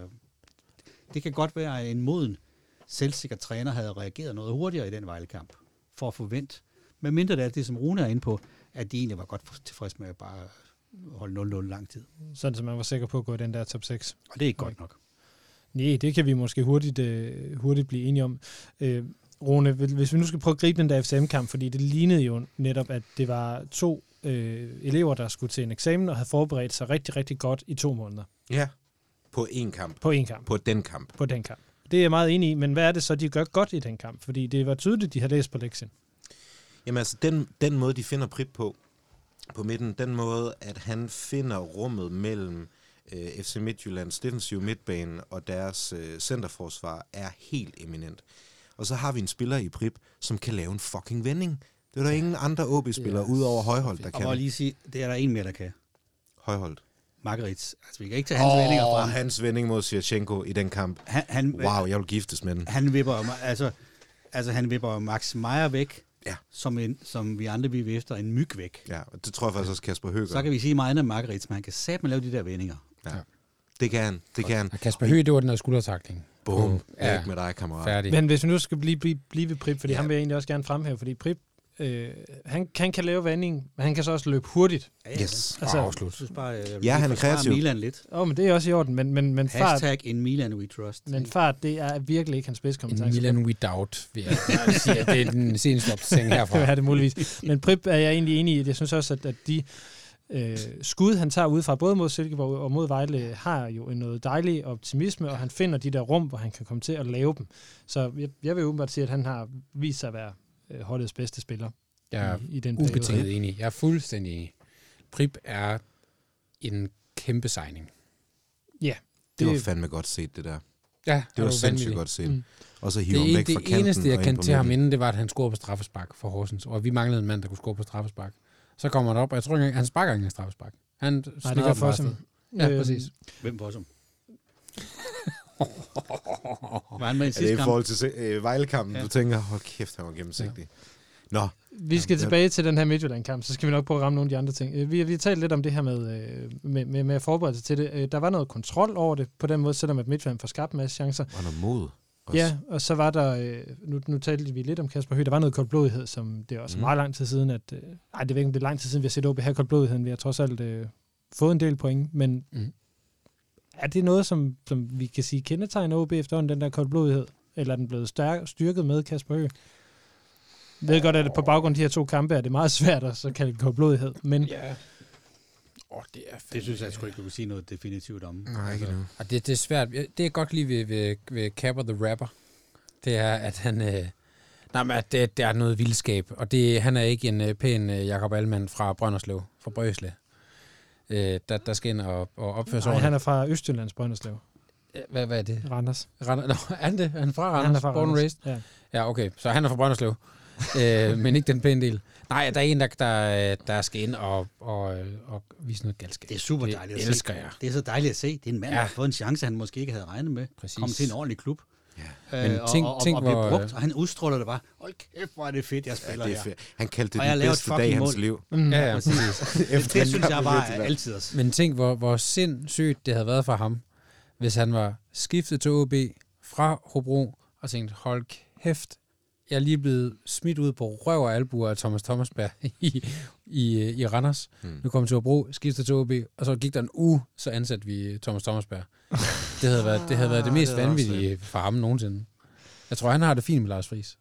Det kan godt være, at en moden, selvsikker træner havde reageret noget hurtigere i den Vejle-kamp, for at forvente. Men mindre det er det, som Rune er inde på, at de egentlig var godt tilfreds med at bare holde nul nul lang tid. Sådan, så man var sikker på at gå i den der top seks. Og det er ikke godt nok. Nej, det kan vi måske hurtigt, øh, hurtigt blive enige om. Øh, Rune, hvis vi nu skal prøve at gribe den der F C M-kamp, fordi det lignede jo netop, at det var to øh, elever, der skulle til en eksamen og havde forberedt sig rigtig, rigtig godt i to måneder. Ja, på én kamp. På én kamp. På den kamp. På den kamp. Det er jeg meget enig i, men hvad er det så, de gør godt i den kamp? Fordi det var tydeligt, de har læst på lektien. Jamen altså, den, den måde, de finder Prip på, på midten, den måde, at han finder rummet mellem øh, F C Midtjyllands defensive midtbane og deres øh, centerforsvar, er helt eminent. Og så har vi en spiller i Prip, som kan lave en fucking vending. Det er der ingen andre O B-spillere, yes. udover Højholdt, der og kan. Og må lige sige, det er der en mere, der kan. Højholdt. Margarits. Altså, vi kan ikke tage hans oh, vendinger fra ham. hans vending mod Sjevchenko i den kamp. Han, han, wow, jeg vil giftes med den. Han vipper, altså, altså han vipper Max Meyer væk, ja. som, en, som vi andre vil efter en myg væk. Ja, og det tror jeg faktisk også Kasper Høgh. Så kan vi sige meget om Margarits, men han kan satme lave de der vendinger. Ja. Det kan han, det kan han. Og Kasper Høgh, det var den der skuldertakling. Bum, ja. Ikke med dig, kammerat. Færdig. Men hvis vi nu skal blive, blive, blive ved Prip, fordi ja. han vil jeg egentlig også gerne fremhæve, fordi Prip, øh, han, han kan lave vending, men han kan så også løbe hurtigt. Ja, ja. Yes, altså, og afslut. Bare, øh, ja, han er kreativ. Milan lidt. Åh, oh, men det er også i orden, men, men, men fart... Hashtag in Milan we trust. Men fart, det er virkelig ikke hans spidskompetence. In Milan we doubt, vil jeg sige, at det er den seneste opdatering herfra. Det er det muligvis. Men Prip er jeg egentlig enig i. Jeg synes også, at, at de øh, skud, han tager ud fra både mod Silkeborg og mod Vejle, har jo en noget dejlig optimisme, og han finder de der rum, hvor han kan komme til at lave dem. Så jeg, jeg vil åbenbart sige, at han har vist sig at være øh, holdets bedste spiller. Jeg er i, i den ubetinget periode. enig. Jeg er fuldstændig enig. Prip er en kæmpe signing. Ja. Det, det var fandme godt set, det der. Ja, det var, var sindssygt vanvittigt. Godt set. Mm. Og så hive ham væk fra kanten. Det eneste, jeg kendte til ham inden, det var, at han scorede på straffespark for Horsens. Og vi manglede en mand, der kunne score på straffespark. Så kommer han op, og jeg tror ikke, han sparker ikke en straffespark. Han Nej, det gør Fossum. Ja, øh, præcis. Hvem Fossum? Var han med i sidste kamp? Er det i forhold til øh, Vejle-kampen, ja. Du tænker, hold kæft, han var gennemsigtig. Ja. Nå. Vi skal Jamen, tilbage til den her Midtjylland-kamp, så skal vi nok prøve at ramme nogle af de andre ting. Vi, vi har talt lidt om det her med, med, med, med at forberede sig til det. Der var noget kontrol over det på den måde, selvom at Midtjylland får skabt en masse chancer. Og noget mod. Også. Ja, og så var der, øh, nu, nu talte vi lidt om Kasper Høgh, der var noget koldblodighed, som det er også mm. meget lang tid siden, at, øh, ej, det er ikke, det er lang tid siden, vi har set O B have koldblodigheden, vi har trods alt øh, fået en del point, men mm. er det noget, som, som vi kan sige kendetegner O B efterhånden, den der koldblodighed, eller er den blevet stærk, styrket med Kasper Høgh? Jeg ved godt, at på baggrund af de her to kampe er det meget svært at så kalde det koldblodighed, men... Ja. Oh, det, er det synes jeg sgu ikke, du kan sige noget definitivt om. Nej, ikke nu. Og det, det er svært. Det er godt lige ved, ved, ved Capper the Rapper. Det er, at han... Øh, nej, men at det, det er noget vildskab. Og det, han er ikke en øh, pæn øh, Jakob Allmann fra Brønderslev, fra Brøsle, øh, der, der skal ind og, og opføre sig. Nej, han er fra Østjyllands Brønderslev. Hvad, hvad er det? Randers. Randers. Nå, er han det? Han er fra Randers? Han er fra Born Randers. raised? Ja. Ja, okay. Så han er fra Brønderslev. øh, men ikke den pæne del. Nej, der er en, der, der, der skal ind og, og, og vise noget galskab. Det er super dejligt det at elsker se. jeg. Det er så dejligt at se. Det er en mand, Ja. der har fået en chance, han måske ikke havde regnet med. Præcis. Komme til en ordentlig klub. Ja. Men tænk, og, og, tænk, og bliver hvor, brugt, og han udstråler det bare. Hold kæft, hvor er det fedt, jeg spiller Ja, det er her. fedt. Han kaldte Og det jeg den laver et bedste dag i fucking hans mål. liv. Mm, ja, ja, præcis. præcis. det, det synes jeg bare er altid også. Men tænk, hvor, hvor sindssygt det havde været for ham, hvis han var skiftet til O B fra Hobro og tænkte, hold kæft, jeg er lige blevet smidt ud på røv og albuer af Thomas Thomasberg i, i, i Randers. Hmm. Nu kom jeg til Hobro, skiftede til O B, og så gik der en uge, så ansatte vi Thomas Thomasberg. Det havde været det, havde været det mest det vanvittige for ham nogensinde. Jeg tror, han har det fint med Lars Friis.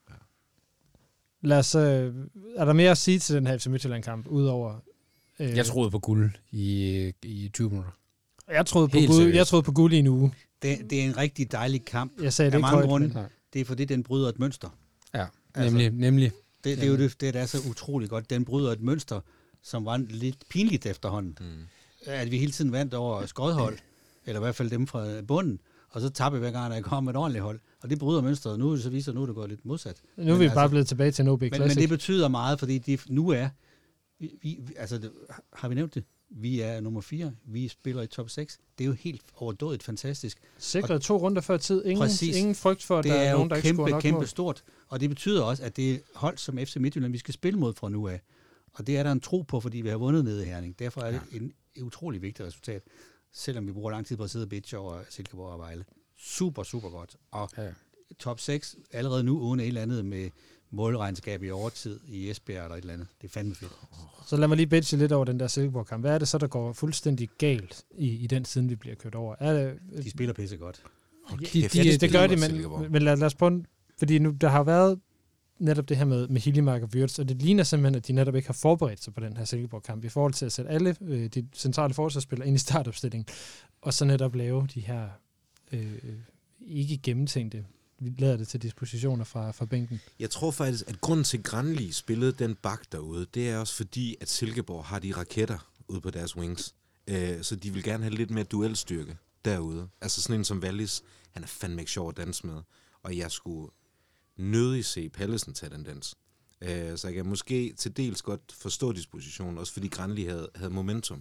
Lad os, øh, er der mere at sige til den her F C Midtjylland-kamp, udover... Øh, Jeg troede på guld i, i tyve minutter. jeg troede på Helt guld, seriøst. jeg troede på guld i en uge. Det, det er en rigtig dejlig kamp. Jeg sagde det Af ikke mange højt, grunde. men- Det er fordi, den bryder et mønster. Ja, Altså, nemlig. nemlig. Det, det er jo det, det, der er så utroligt godt. Den bryder et mønster, som var lidt pinligt efterhånden. Mm. At vi hele tiden vandt over skodhold, eller i hvert fald dem fra bunden, og så tabte vi hver gang, der kom et ordentligt hold. Og det bryder mønstret. Nu så viser nu, det går lidt modsat. Nu er vi Men altså, bare blevet tilbage til en O B men, Classic. men det betyder meget, fordi de nu er... Vi, vi, altså, det, har vi nævnt det? Vi er nummer fire. Vi spiller i top seks. Det er jo helt overdådigt fantastisk. Sikret to runder før tid. Ingen, Præcis. ingen frygt for, at Det der er er jo nogen, der ikke kæmpe, scorer nok kæmpe mål. stort. Og det betyder også, at det er hold som F C Midtjylland, vi skal spille mod fra nu af. Og det er der en tro på, fordi vi har vundet nede i Herning. Derfor er det ja. en, en utrolig vigtigt resultat. Selvom vi bruger lang tid på at sidde og bitche over Silkeborg og Vejle. Super, super godt. Og ja. top seks allerede nu uden et eller andet med målregnskab i overtid i Esbjerg eller et eller andet. Det er fandme fedt. Så lad mig lige bitche lidt over den der Silkeborg-kamp. Hvad er det så, der går fuldstændig galt i, i den siden, vi bliver kørt over? Er det, De spiller pisse godt. De, de, de, det, det gør de, men, men lad, lad os prøve, fordi nu, der har været netop det her med, med Hiljemark og Wirtz, og det ligner simpelthen, at de netop ikke har forberedt sig på den her Silkeborg-kamp i forhold til at sætte alle øh, de centrale forsvarsspillere ind i startopstillingen, og så netop lave de her øh, ikke gennemtænkte, vi lader det til dispositioner fra, fra bænken. Jeg tror faktisk, at grunden til, at Granli spillede den bak derude, det er også fordi, at Silkeborg har de raketter ude på deres wings. Øh, så de vil gerne have lidt mere duelstyrke derude. Altså sådan en som Wallis, han er fandme ikke sjov at danse med. Og jeg skulle nødig se Pallesen tage den dans. Øh, så jeg kan måske til dels godt forstå dispositionen, også fordi Granli havde, havde momentum.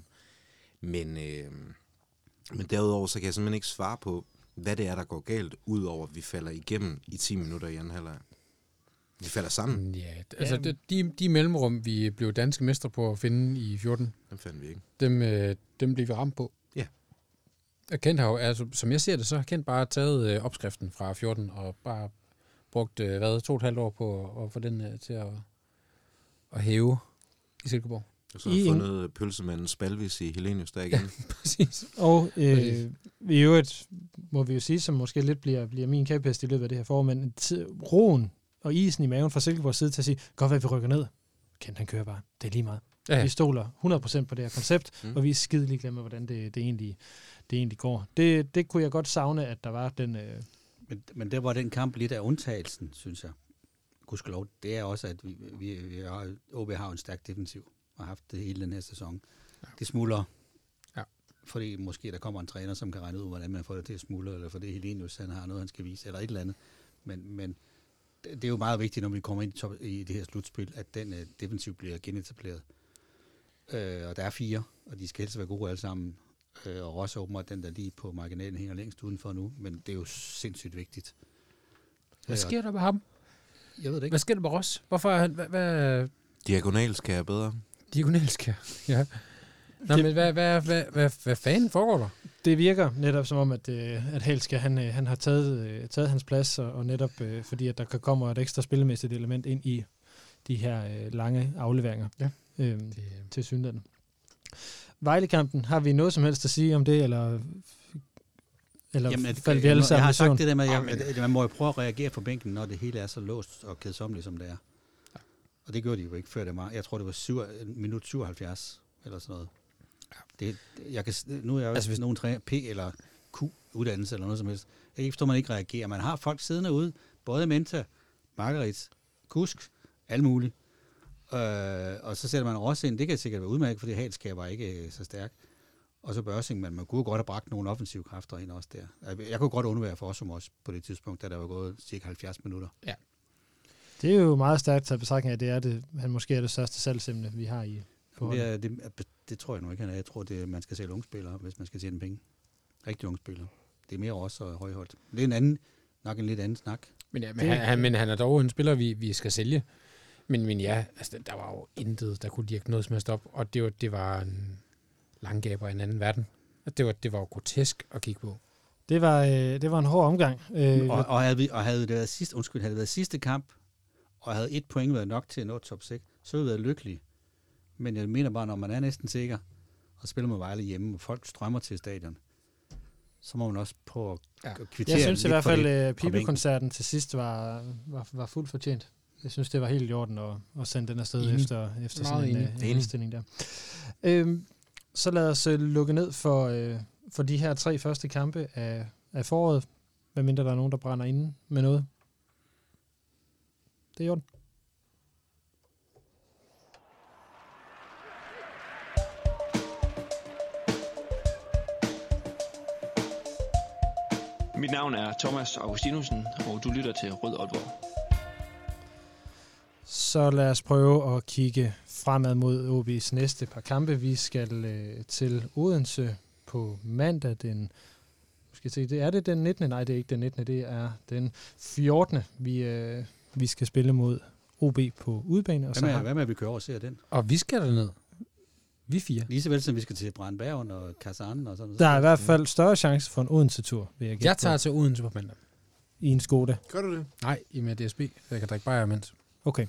Men, øh, men derudover, så kan jeg simpelthen ikke svare på, hvad det er, der går galt, udover at vi falder igennem i ti minutter i anden halvleg. Vi falder sammen. Ja, altså de, de, de mellemrum, vi blev danske mestre på at finde i fjorten, Dem fandt vi ikke. dem, øh, dem blev vi ramt på. Ja. Og Kent har jo, altså, som jeg ser det, så har Kent bare taget øh, opskriften fra fjorten og bare brugt, øh, hvad, to og et halvt år på at, at få den øh, til at, at hæve i Silkeborg. Og så har jeg fundet pølsemanden Spalvis i Helenius der igen. Præcis. Og øh, i øvrigt må vi jo sige, som måske lidt bliver, bliver min kæphest i løbet af det her forår, men t- roen og isen i maven fra Silkeborgs side til at sige, godt være, vi rykker ned. Kent, han kører bare. Det er lige meget. Ja, ja. Vi stoler hundrede procent på det her koncept, mm. og vi er skide ligeglade med, hvordan det, det, egentlig, det egentlig går. Det, det kunne jeg godt savne, at der var den... Øh... Men, men der var den kamp lidt af undtagelsen, synes jeg. Gudskelov, det er også, at vi, vi, vi har, O B har en stærk defensiv, og har haft det hele den her sæson. Ja. Det smuldrer, ja. Fordi måske der kommer en træner, som kan regne ud, hvordan man får det til at smuldre, eller fordi Helenius, han har noget, han skal vise, eller et eller andet. Men, men det, det er jo meget vigtigt, når vi kommer ind i, top, i det her slutspil, at den uh, defensiv bliver genetableret. Uh, og der er fire, og de skal helst være gode alle sammen. Uh, og Ross åbenbart den, der lige på marginalen hænger længst udenfor nu, men det er jo sindssygt vigtigt. Hvad sker der med ham? Jeg ved det ikke. Hvad sker der med Ross? Hvorfor er han... Hvad, hvad... Diagonalskær er bedre. Diagonalskær, ja. Nå, men hvad, hvad, hvad, hvad, hvad fanden foregår der? det virker netop som om, at, at Halske, han, han har taget, taget hans plads, og, og netop øh, fordi, at der kommer et ekstra spillemæssigt element ind i de her øh, lange afleveringer ja. øh, det, til Syndanden. Vejlekampen, har vi noget som helst at sige om det, eller, eller Jamen, faldt vi alle sammen? Jeg har sagt det der med, at, at man må jo prøve at reagere på bænken, når det hele er så låst og kedsommeligt, som det er. Ja. Og det gjorde de jo ikke før det var. Jeg tror, det var syv, minut syvoghalvfjerds, eller sådan noget. Ja. Det, jeg kan, nu er jeg jo altså, ikke nogen træner, P eller Q-uddannelse eller noget som helst. Jeg kan ikke forstå, at man ikke reagerer. Man har folk siddende ude, både Menta, Margaret, Kusk, alt muligt. Øh, og så sætter man Ross ind. Det kan sikkert være udmærket, fordi Halskær var ikke så stærk. Og så Børsing, men man kunne godt have bragt nogle offensive kræfter ind også der. Jeg kunne godt undvære for Fossum også på det tidspunkt, da der var gået cirka halvfjerds minutter. Ja. Det er jo meget stærkt at betragtning af, det er det, han måske er det største salgsemne, vi har i det, det, det tror jeg nu ikke, han er. Jeg tror, det, man skal sælge unge spillere, hvis man skal tjene penge. Rigtig unge spillere. Det er mere også og højholdt. Det er en anden, nok en lidt anden snak. Men, ja, men, han, men han er dog en spiller, vi, vi skal sælge. Men, men ja, altså, der var jo intet, der kunne dirke noget som helst op. Og det var, det var en langgaber i en anden verden. Det var, det var jo grotesk at kigge på. Det var, øh, det var en hård omgang. Øh, og, og, havde vi, og havde det været sidste, undskyld, havde det været sidste kamp, og havde et point været nok til at nå top seks, så ville vi være lykkelige. Men jeg mener bare, når man er næsten sikker, og spiller med Vejle hjemme, og folk strømmer til stadion, så må man også prøve at ja. kvittere. Jeg synes i hvert fald, at pibekoncerten til sidst var, var, var fuldt fortjent. Jeg synes, det var helt i orden at, at sende den afsted enig. efter, efter sådan en, en indstilling der. Øhm, så lad os uh, lukke ned for, uh, for de her tre første kampe af, af foråret, medmindre der er nogen, der brænder inde med noget. Det er i orden. Mit navn er Thomas Augustinussen, og du lytter til Rød Aalborg. Så lad os prøve at kigge fremad mod O B's næste par kampe. Vi skal øh, til Odense på mandag den... Skal se, det er det den nittende? Nej, det er ikke den nittende, det er den fjortende. Vi, øh, vi skal spille mod O B på udebane. Og hvad, så med, har... hvad med, at vi kører over og ser den? Og vi skal derned. Vi fire. Lige så vel som vi skal til Brandbergen og Kasanen og sådan noget. Der er i hvert fald større chance for en Odense-tur, vil jeg gætte. Jeg tager til Odense på mandag. I en Skoda. Gør du det? Nej, i med D S B. Jeg kan drikke bajer imens. Okay.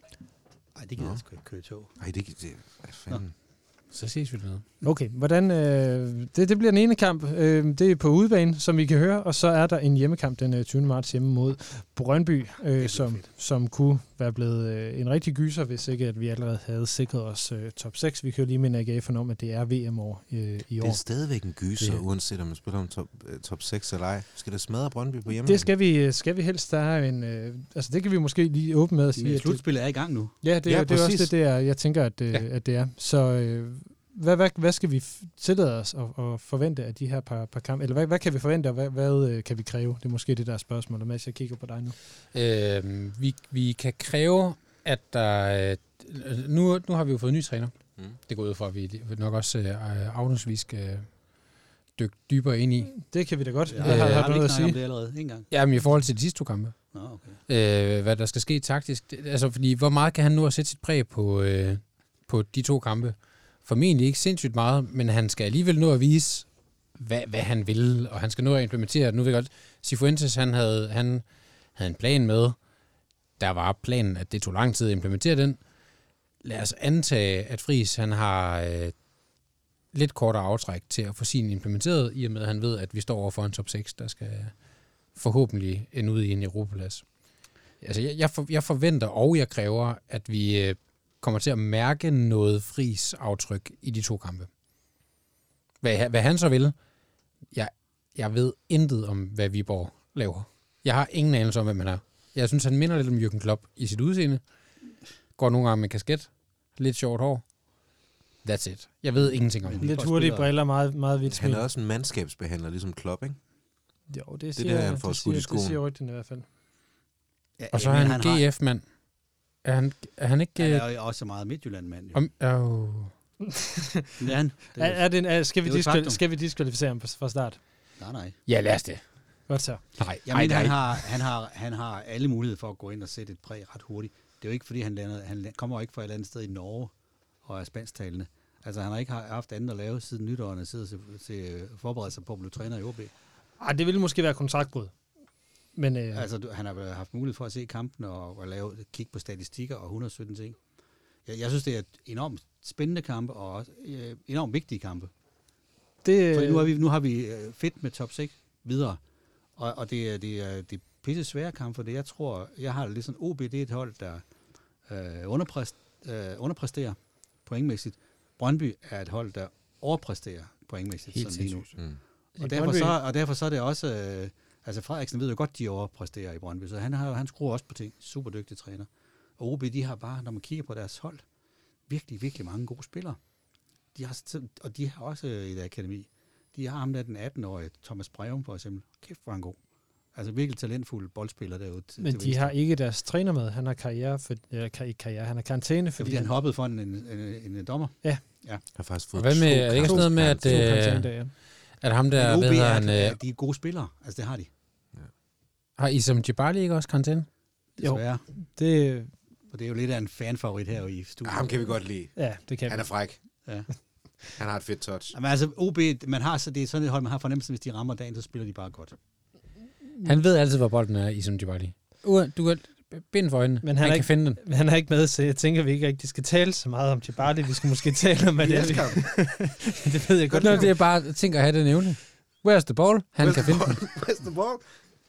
Nej, det gider jeg sgu ikke køre i tog. Nej, det gider jeg. Hvad fanden? Så ses vi dernede. Okay, hvordan, øh, det, det bliver den ene kamp. Øh, det er på udebane, som vi kan høre, og så er der en hjemmekamp den tyvende marts hjemme mod Brøndby, øh, som, som kunne være blevet øh, en rigtig gyser, hvis ikke at vi allerede havde sikret os øh, top seks. Vi kan jo lige minde A G F'en om, at det er V M-år øh, i år. Det er stadigvæk en gyser, det. Uanset om man spiller om top, uh, top seks eller ej. Skal det smadre Brøndby på hjemme? Det skal vi, skal vi helst. Der er en, øh, altså det kan vi måske lige åbne med at sige. Men slutspillet er i gang nu. Ja, det, ja, det er også det, det er, jeg tænker, at, øh, ja. at det er. Så... Øh, Hvad, hvad, hvad skal vi tillade os at, at forvente af de her par, par kampe? Eller hvad, hvad kan vi forvente, og hvad, hvad kan vi kræve? Det er måske det der spørgsmål, mens jeg kigger på dig nu. Øh, vi, vi kan kræve, at der... Nu, nu har vi jo fået en ny træner. Mm. Det går ud fra, at vi nok også øh, afdelsvis skal dykke dybere ind i. Det kan vi da godt. Ja, har, har, har du noget at sige? Om det allerede en gang? Ja, men i forhold til de sidste to kampe. Nå, okay. øh, hvad der skal ske taktisk. Altså, fordi hvor meget kan han nu have sætte sit præg på, øh, på de to kampe? Formentlig ikke sindssygt meget, men han skal alligevel nå at vise, hvad, hvad han vil, og han skal nå at implementere. Nu ved jeg godt, Cifuentes, han havde, han havde en plan med. Der var planen, at det tog lang tid at implementere den. Lad os antage, at Friis, han har øh, lidt kortere aftræk til at få sin implementeret, i og med, at han ved, at vi står over for en top seks, der skal forhåbentlig ende ud i en Europaplads. Altså, jeg, jeg, for, jeg forventer, og jeg kræver, at vi... Øh, kommer til at mærke noget Friis aftryk i de to kampe. Hvad, hvad han så vil, jeg, jeg ved intet om, hvad Viborg laver. Jeg har ingen anelse om, hvem han er. Jeg synes, han minder lidt om Jürgen Klopp i sit udseende. Går nogle gange med kasket. Lidt sjovt hår. That's it. Jeg ved ingenting om ham. Lidt hurtige briller, meget, meget vidt smil. Han er også en mandskabsbehandler, ligesom Klopp, ikke? Jo, det, det siger, der, han får det, skudt siger, i skoen. det siger rygten i hvert fald. Ja, og så er han en G F-mand. Er han, er han ikke... Han er jo også meget Midtjylland-mand. Om, oh. Ja, han, det er, er det en, er, skal, vi diskval- skal vi diskvalificere ham fra start? Nej, nej. Ja, lad os det. Godt så. Nej, jeg mener, han har, han, har, han har alle muligheder for at gå ind og sætte et præg ret hurtigt. Det er jo ikke, fordi han, lander, han kommer ikke fra et eller andet sted i Norge og er spansktalende. Altså, han har ikke haft andet at lave siden nytårene, sidder til, til forberede sig på at blive træner i O B. Ej, det ville måske være kontraktbrud. Men, øh... Altså, du, han har haft mulighed for at se kampen og, og lave, kigge på statistikker og et hundrede og sytten ting. Jeg, jeg synes, det er et enormt spændende kampe og også øh, enormt vigtige kampe. Det, Fordi nu har vi, nu har vi øh, fedt med top seks videre, og, og det, er, det, er, det er pisse svære kampe, for det jeg tror, jeg har lidt sådan, O B, det er et hold, der øh, underpræst, øh, underpræsterer pointmæssigt. Brøndby er et hold, der overpræsterer pointmæssigt. Helt sådan lige nu. Mm. Og, derfor så, og derfor så er det også, øh, altså Frederiksen ved jo godt, de overpræsterer i Brøndby, så han, har, han skruer også på ting. Super dygtig træner. Og O B, de har bare, når man kigger på deres hold, virkelig, virkelig mange gode spillere. De har, og de har også i det akademi. De har ham der den atten-årige Thomas Breum for eksempel. Kæft, hvor han god. Altså virkelig talentfuld boldspiller derude. Til, Men til de venstre. har ikke deres træner med. Han har karriere, for, eller ikke karriere, han har karantæne, fordi, fordi han hoppede for en, en, en, en dommer. Ja. ja. Har faktisk fået Og hvad med, er det ikke sådan noget med, at, at, øh, at ham der, O B hvad hedder er, han, er, øh, de er gode spillere. Altså det har de. har Isam Djibali ikke også karantæne? Desværre. det, Og det er jo lidt af en fanfavorit her i studiet. Ja, ham kan vi godt lide. ja, det kan Han er fræk. Ja. Han har et fedt touch. Jamen altså, O B, man har, så det er sådan et hold, man har fornemmelsen, hvis de rammer dagen, så spiller de bare godt. Han ved altid, hvor bolden er, Isam Djibali. Uh, du kan binde for øjnene. Men han, han er kan ikke, finde den. men han er ikke med, så jeg tænker, at vi ikke rigtig skal tale så meget om Djibali. Vi skal måske tale om, hvad det er. Vi... det ved jeg godt. Nå, det er bare, tænk at have den evne. Where's the ball? Han Where's kan the finde den. Where's the ball?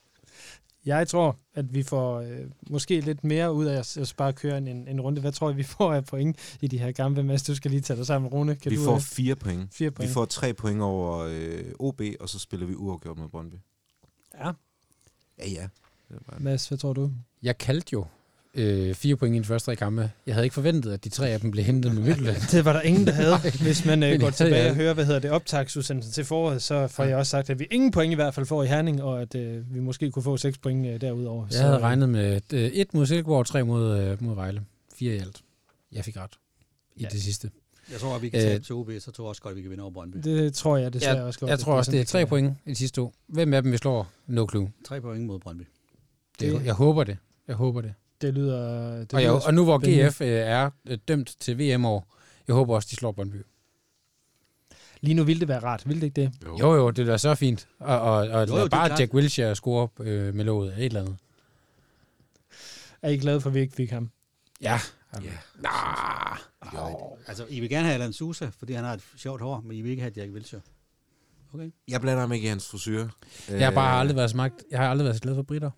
Jeg tror, at vi får øh, måske lidt mere ud af at, at bare køre en, en runde. Hvad tror jeg, vi får af point i de her kampe? Mads, du skal lige tage dig sammen, Rune. Kan Vi du, får øh, fire point. fire point. Vi får tre point over øh, O B, og så spiller vi uafgjort mod Brøndby. Ja. Ja, ja. Mads, hvad tror du? Jeg kaldte jo øh, fire point i de første tre kampe. Jeg havde ikke forventet, at de tre af dem blev hentet med Midtjylland. Det var der ingen, der havde. Hvis man øh, Men går jeg tilbage havde- og hører, hvad hedder det, optagsudsendelsen til foråret, så får jeg også sagt, at vi ingen point i hvert fald får i Herning, og at øh, vi måske kunne få seks point øh, derudover. Jeg havde regnet med øh, et mod Silkeborg og tre mod, øh, mod Vejle. Fire i alt. Jeg fik ret i Ja. det sidste. Jeg tror, at vi kan Øh, tage til O B, så tror jeg også godt, at vi kan vinde over Brøndby. Det tror jeg desværre Jeg, også godt. jeg tror også, det er sådan, tre kan point i de sidste to. Hvem af dem vi slår? No clue. Tre point mod Brøndby. Det, Det- jeg håber det. Jeg håber det. være. Det lyder... Det Og, jeg, lyder og nu hvor spændende. G F øh, er øh, dømt til V M-år, jeg håber også, de slår Brøndby. Lige nu ville det være rart, ville det ikke det? Jo, jo, det er så fint. Og, og, og Jo, jo, lad det er bare klart. Jack Wilshere score øh, med låget af et eller andet. Er I glade for, at vi ikke fik ham? Ja. Ja. Nah. Altså, I vil gerne have Alan Sousa, fordi han har et sjovt hår, men I vil ikke have Jack Wilshere. Okay. Jeg blander mig ikke i hans frisyr. Jeg har bare aldrig været smagt. Jeg har aldrig været så glad for britter.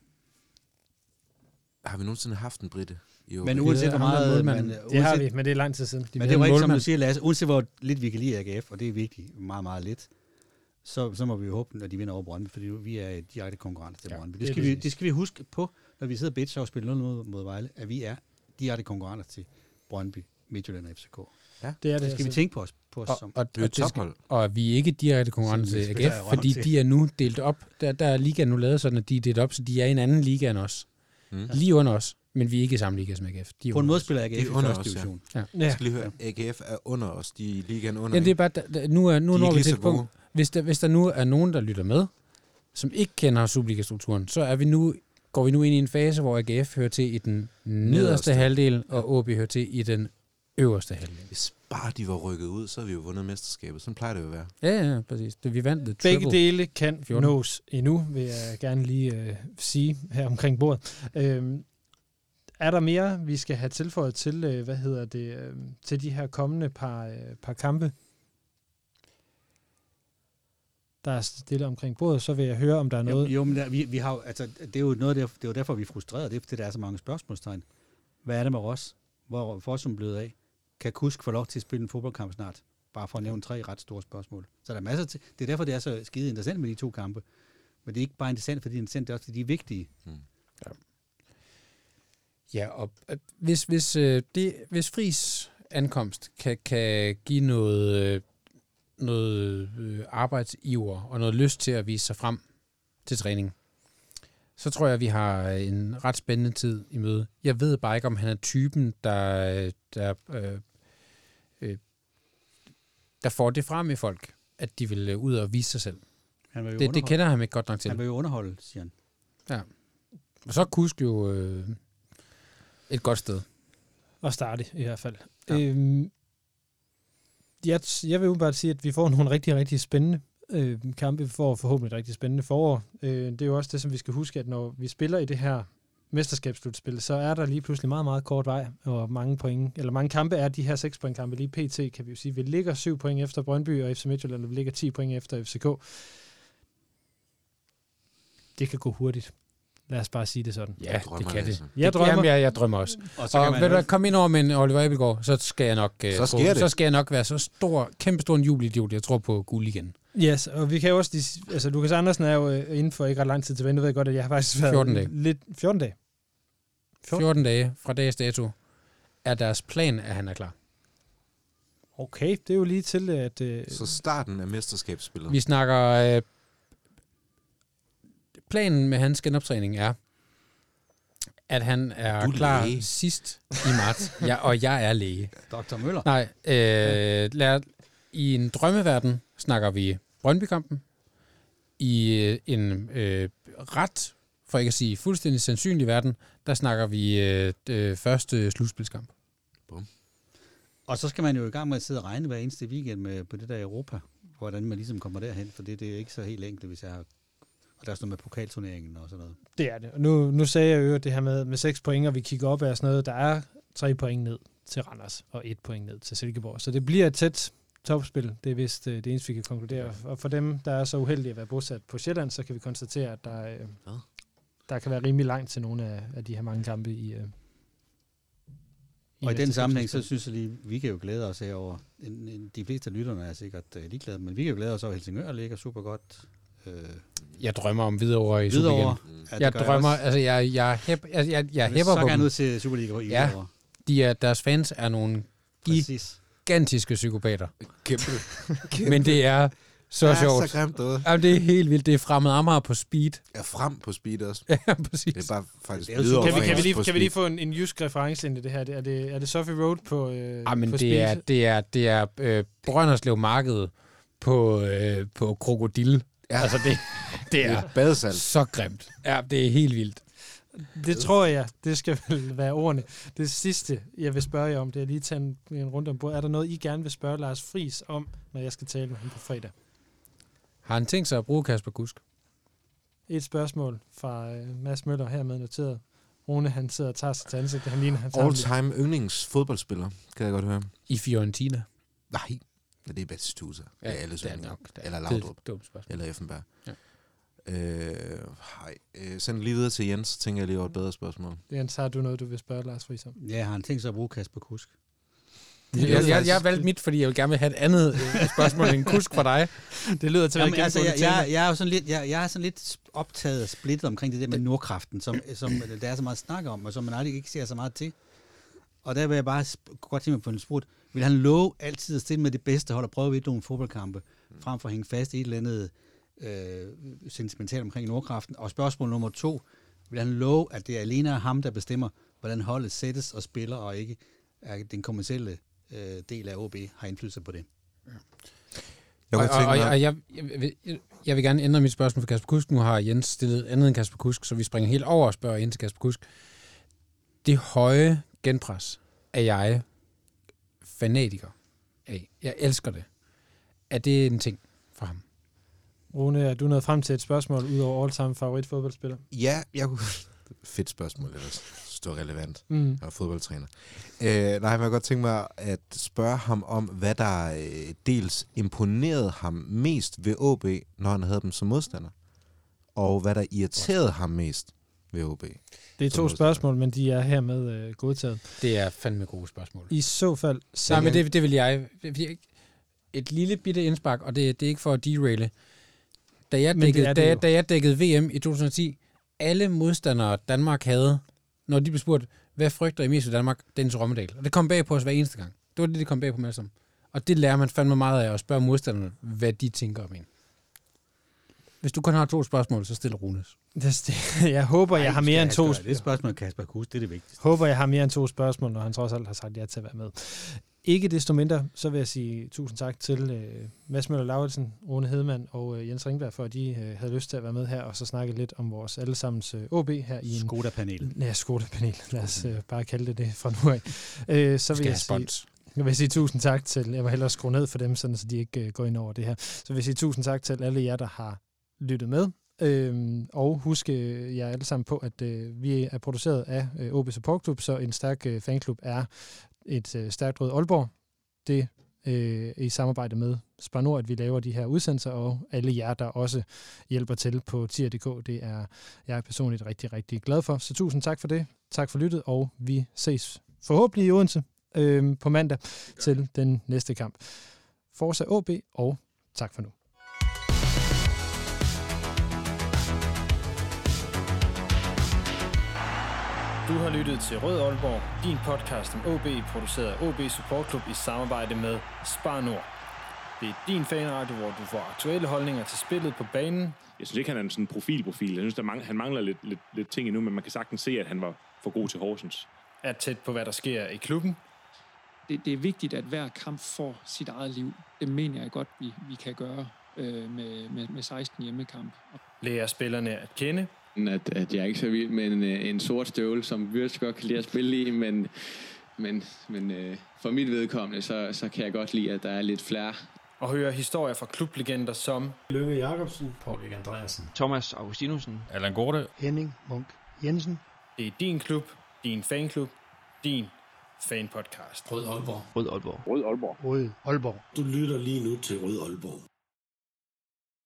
Har vi nogensinde haft en britte? Jo. Men uanset hvor ham der meget... målmanden. Men, Det har uanset- vi, men det er lang tid siden. Men det var ikke, som du siger, Lasse, uanset hvor lidt vi kan lide A G F, og det er vigtigt, meget, meget lidt, så, så må vi jo håbe, at de vinder over Brøndby, fordi vi er i direkte konkurrent til Ja, Brøndby. det Det er skal, vi, præcis. det skal vi huske på, når vi sidder og bitcher og spiller nul mod, mod Vejle, at vi er direkte konkurrenter til Brøndby, Midtjylland og F C K. Det er det, Det skal vi altså. tænke på os, på os Og, som. og, Det er og, et det skal, tophold. og vi er ikke direkte konkurrence Som vi til A G spiller F, røven fordi til. de er nu delt op. Der, der er ligaen nu lavet sådan, at de er delt op, så de er i en anden liga end os. Mm. Lige under os, men vi er ikke i samme liga som A G F. De er På en under måde os. spiller A G De F er i under første os, ja. division. Ja. Ja. Jeg skal lige høre, A G F er under os. De er i ligaen under. Ja, det er bare, da, da, nu, er, nu De er når ikke vi lige til så et punkt. gode. Hvis der, hvis der nu er nogen, der lytter med, som ikke kender Superliga-strukturen, så er vi nu, går vi nu ind i en fase, hvor A G F hører til i den nederste, Nederste. halvdel, og O B hører til i den øverste halvdel. Hvis bare de var rykket ud, så havde vi jo vundet mesterskabet. Sådan plejer det jo at være. Ja, ja, præcis. Det, vi vandt det Begge triple. dele kan fjorten. nås endnu, vil jeg gerne lige øh, sige her omkring bordet. Øhm, er der mere, vi skal have tilføjet til, øh, hvad hedder det, øh, til de her kommende par, øh, par kampe? Der er stille omkring bordet, så vil jeg høre, om der er noget... Jo, jo men der, vi, vi har, jo- altså, det er jo noget, der, det er jo derfor, vi er frustrerede. Det er, fordi der er så mange spørgsmålstegn. Hvad er det med Ross? Hvor er Fossum blevet af? Kan Kusk få lov til at spille en fodboldkamp snart? Bare for at nævne tre ret store spørgsmål. Så der er masser til. Det er derfor, det er så skide interessant med de to kampe. Men det er ikke bare interessant, fordi det er interessant, det er også, fordi de er vigtige. Ja, og øh, hvis, hvis, øh, det, hvis Fris ankomst kan, kan give noget, øh, noget øh, arbejdsiver og noget lyst til at vise sig frem til træning, så tror jeg, at vi har en ret spændende tid i møde. Jeg ved bare ikke, om han er typen, der, der, øh, øh, der får det frem i folk, at de vil øh, ud og vise sig selv. Han vil jo Det, det underholde. kender han ikke godt nok til. Han vil jo underholde, siger han. Og så er Kusk jo øh, et godt sted. At starte i hvert fald. Ja. Ja. Øhm, Jeg, jeg vil jo bare sige, at vi får nogle rigtig, rigtig spændende øh, kampe. Vi får forhåbentlig et rigtig spændende forår. Øh, det er jo også det, som vi skal huske, at når vi spiller i det her mesterskabsslutspil, så er der lige pludselig meget, meget kort vej, og mange point, eller mange kampe er de her seks point kampe. Lige P T, kan vi jo sige. Vi ligger syv point efter Brøndby og F C Midtjylland, og vi ligger ti point efter F C K. Det kan gå hurtigt. Lad os bare sige det sådan. Ja, det kan det. Jeg drømmer. Jamen, jeg, jeg drømmer også. Og, så og vil du komme ind over med en Oliver Abelgaard, så skal jeg nok, så, tro, sker så skal jeg nok være så stor, kæmpe stor en jubelidiot. Jeg tror på guld igen. Yes, og vi kan jo også, altså Lukas Andersen er jo inden for ikke ret lang tid tilbage. Nu ved jeg godt, at jeg har faktisk været fjorten dage. Lidt, fjorten dage. fjorten, fjorten dage fra dags dato er deres plan, at han er klar. Okay, det er jo lige til, at... Øh, så starten af mesterskabsspillet. Vi snakker... Øh, planen med hans genoptræning er, at han er du klar læge. sidst i marts. Ja, og jeg er læge. doktor Møller. Nej, øh, lad, i en drømmeverden snakker vi Brøndby-kampen. I øh, en øh, ret, for ikke at sige fuldstændig sandsynlig verden, der snakker vi øh, det første slutspilskamp. Bum. Og så skal man jo i gang med at sidde og regne hver eneste weekend med, på det der Europa, hvordan man ligesom kommer derhen, for det, det er ikke så helt enkelt, hvis jeg har... Og der er sådan noget med pokalturneringen og sådan noget. Det er det. Og nu, nu sagde jeg jo det her med, med seks point, og vi kigger op af sådan noget. Der er tre point ned til Randers, og et point ned til Silkeborg. Så det bliver et tæt topspil. Det er vist det eneste, vi kan konkludere. Og for dem, der er så uheldige at være bosat på Sjælland, så kan vi konstatere, at der, øh, ja. der kan være rimelig langt til nogle af, af de her mange kampe i... Øh, i og i den sammenhæng, så synes jeg lige, vi kan jo glæde os herover. En, en, de fleste af lytterne er sikkert uh, ligeglade, men vi kan jo glæde os over Helsingør, ligger super godt. Øh, Jeg drømmer om Hvidovre i Hvidovre. Superligaen. Ja, jeg drømmer, jeg altså jeg jeg hæb, jeg jeg, jeg hæpper på dem. Så kan jeg ud til Superliga i ja, Hvidovre. De er, deres fans er nogle Præcis. gigantiske psykopater. Kæmpe. Kæmpe. Men det er så det er sjovt. så grimt noget. Jamen, det er helt vildt. Det er Fremad Amager på speed. Ja, frem på speed også. Ja, præcis. Det er bare faktisk det er videre kan, vi, kan, vi lige, kan vi lige få en, en jysk reference ind i det her? Er det, er det Sophie Road på, øh, Jamen, på det speed? er, det er, det er øh, Brønderslev Marked på, øh, på krokodil. Ja. Altså, det, det er badesalt. Så grimt. Ja, det er helt vildt. Det tror jeg, det skal vel være ordene. Det sidste, jeg vil spørge jer om, det er lige tage en, en rundt om bordet. Er der noget, I gerne vil spørge Lars Friis om, når jeg skal tale med ham på fredag? Har han tænkt sig at bruge Kasper Kusk? Et spørgsmål fra uh, Mads Møller, hermed noteret. Rune, han sidder og tager sig til ansigt. Han ligner, han all-time yndlingsfodboldspiller, kan jeg godt høre. I Fiorentina? Nej, det er Batistuta. Ja, det er alle det er nok. Det er eller Laudrup. Eller Effenberg. Ja. Øh, hej. Øh, send lige videre til Jens, så tænker jeg lige over et bedre spørgsmål. Jens, har du noget, du vil spørge Lars Friis om? Ja, har han tænkt sig at bruge Kasper Kusk? Jeg, jeg, jeg, jeg har valgt mit, fordi jeg vil gerne vil have et andet spørgsmål end Kusk fra dig. Det lyder til at altså, jeg, jeg, jeg, er jo sådan lidt, jeg, jeg er sådan lidt optaget og splittet omkring det der med Nordkraften, som, som der er så meget snak om, og som man aldrig ikke ser så meget til. Og der vil jeg bare godt tænke mig på en spurt. Vil han love altid at stille med det bedste hold og prøve at vinde nogle fodboldkampe, frem for at hænge fast i et eller andet øh, sentimentalt omkring Nordkraften? Og spørgsmål nummer to. Vil han love, at det er alene ham, der bestemmer, hvordan holdet sættes og spiller, og ikke er den kommercielle øh, del af O B har indflydelse på det? Ja. Jeg og, og, og, og jeg, jeg, jeg, jeg vil gerne ændre mit spørgsmål for Kasper Kusk. Nu har Jens stillet andet end Kasper Kusk, så vi springer helt over og spørger ind til Kasper Kusk. Det høje genpres er jeg fanatiker af. Jeg elsker det. Er det en ting for ham? Rune, er du nået frem til et spørgsmål ud over all-time favorit fodboldspiller? Ja, jeg kunne... Fedt spørgsmål, ellers. Stort relevant. Mm. Jeg er fodboldtræner. Øh, nej, jeg vil godt tænke mig at spørge ham om, hvad der øh, dels imponerede ham mest ved O B, når han havde dem som modstander, og hvad der irriterede ham mest ved O B. Det er to spørgsmål, men de er hermed øh, godtaget. Det er fandme gode spørgsmål. I så fald... Nej, men det, det vil jeg... Et lille bitte indspark, og det, det er ikke for at deraile. Da jeg, dækkede, da, da jeg dækkede V M i to tusind og ti, alle modstandere Danmark havde, når de blev spurgt, hvad frygter I mest ved Danmark? Dennis Rommedal. Og det kom bag på os hver eneste gang. Det var det, det kom bag på mig som. Og det lærer man fandme meget af at spørge modstanderne, hvad de tænker om en. Hvis du kun har to spørgsmål, så stiller Runes. Det, jeg håber, Ej, jeg har mere end to spørgsmål. Det spørgsmål, Kasper Kusk, det er det vigtigste. Håber, jeg har mere end to spørgsmål, når han trods alt har sagt ja til at være med. Ikke desto mindre, så vil jeg sige tusind tak til øh, Mads Møller Lauritsen, Rune Hedemann og øh, Jens Ringberg, for at de øh, havde lyst til at være med her, og så snakke lidt om vores allesammens øh, O B her i en... Skoda-panel. Ja, Skoda-panel. Lad os øh, bare kalde det det fra nu af. Øh, så vil skal jeg sige... Jeg vil sige tusind tak til, jeg vil hellere skrue ned for dem, sådan, så de ikke uh, går ind over det her. Så jeg vil sige tusind tak til alle jer, der har lyttet med. Øhm, og husk uh, jer alle sammen på, at uh, vi er produceret af uh, O B Support Club, så en stærk uh, fanklub er et uh, stærkt Rød Aalborg. Det øh, i samarbejde med Spar Nord, at vi laver de her udsendelser, og alle jer, der også hjælper til på tier punktum d k. Det er jeg personligt rigtig, rigtig glad for. Så tusind tak for det. Tak for lyttet, og vi ses forhåbentlig i Odense øh, på mandag til den næste kamp. Forza O B, og tak for nu. Du har lyttet til Rød Aalborg, din podcast om O B, produceret af O B Support Club i samarbejde med Spar Nord. Det er din fanradio, hvor du får aktuelle holdninger til spillet på banen. Jeg synes ikke, han er en sådan profilprofil. Jeg synes, der mangler, han mangler lidt, lidt, lidt ting endnu, men man kan sagtens se, at han var for god til Horsens. Er tæt på, hvad der sker i klubben. Det, det er vigtigt, at hver kamp får sit eget liv. Det mener jeg godt, vi, vi kan gøre øh, med, med, med seksten hjemmekamp. Lærer spillerne at kende. At, at jeg er ikke så vild med en, en sort støvle, som Wirtz godt kan lide at spille i, men, men, men øh, for mit vedkommende, så, så kan jeg godt lide, at der er lidt flere. Og høre historier fra klublegender som Lønge Jacobsen, Paul Andreasen, Thomas Augustinussen, Allan Gorte, Henning Munk Jensen. Det er din klub, din fanklub, din fanpodcast. Rød Aalborg. Rød Aalborg. Rød Aalborg. Rød Aalborg. Du lytter lige nu til Rød Aalborg.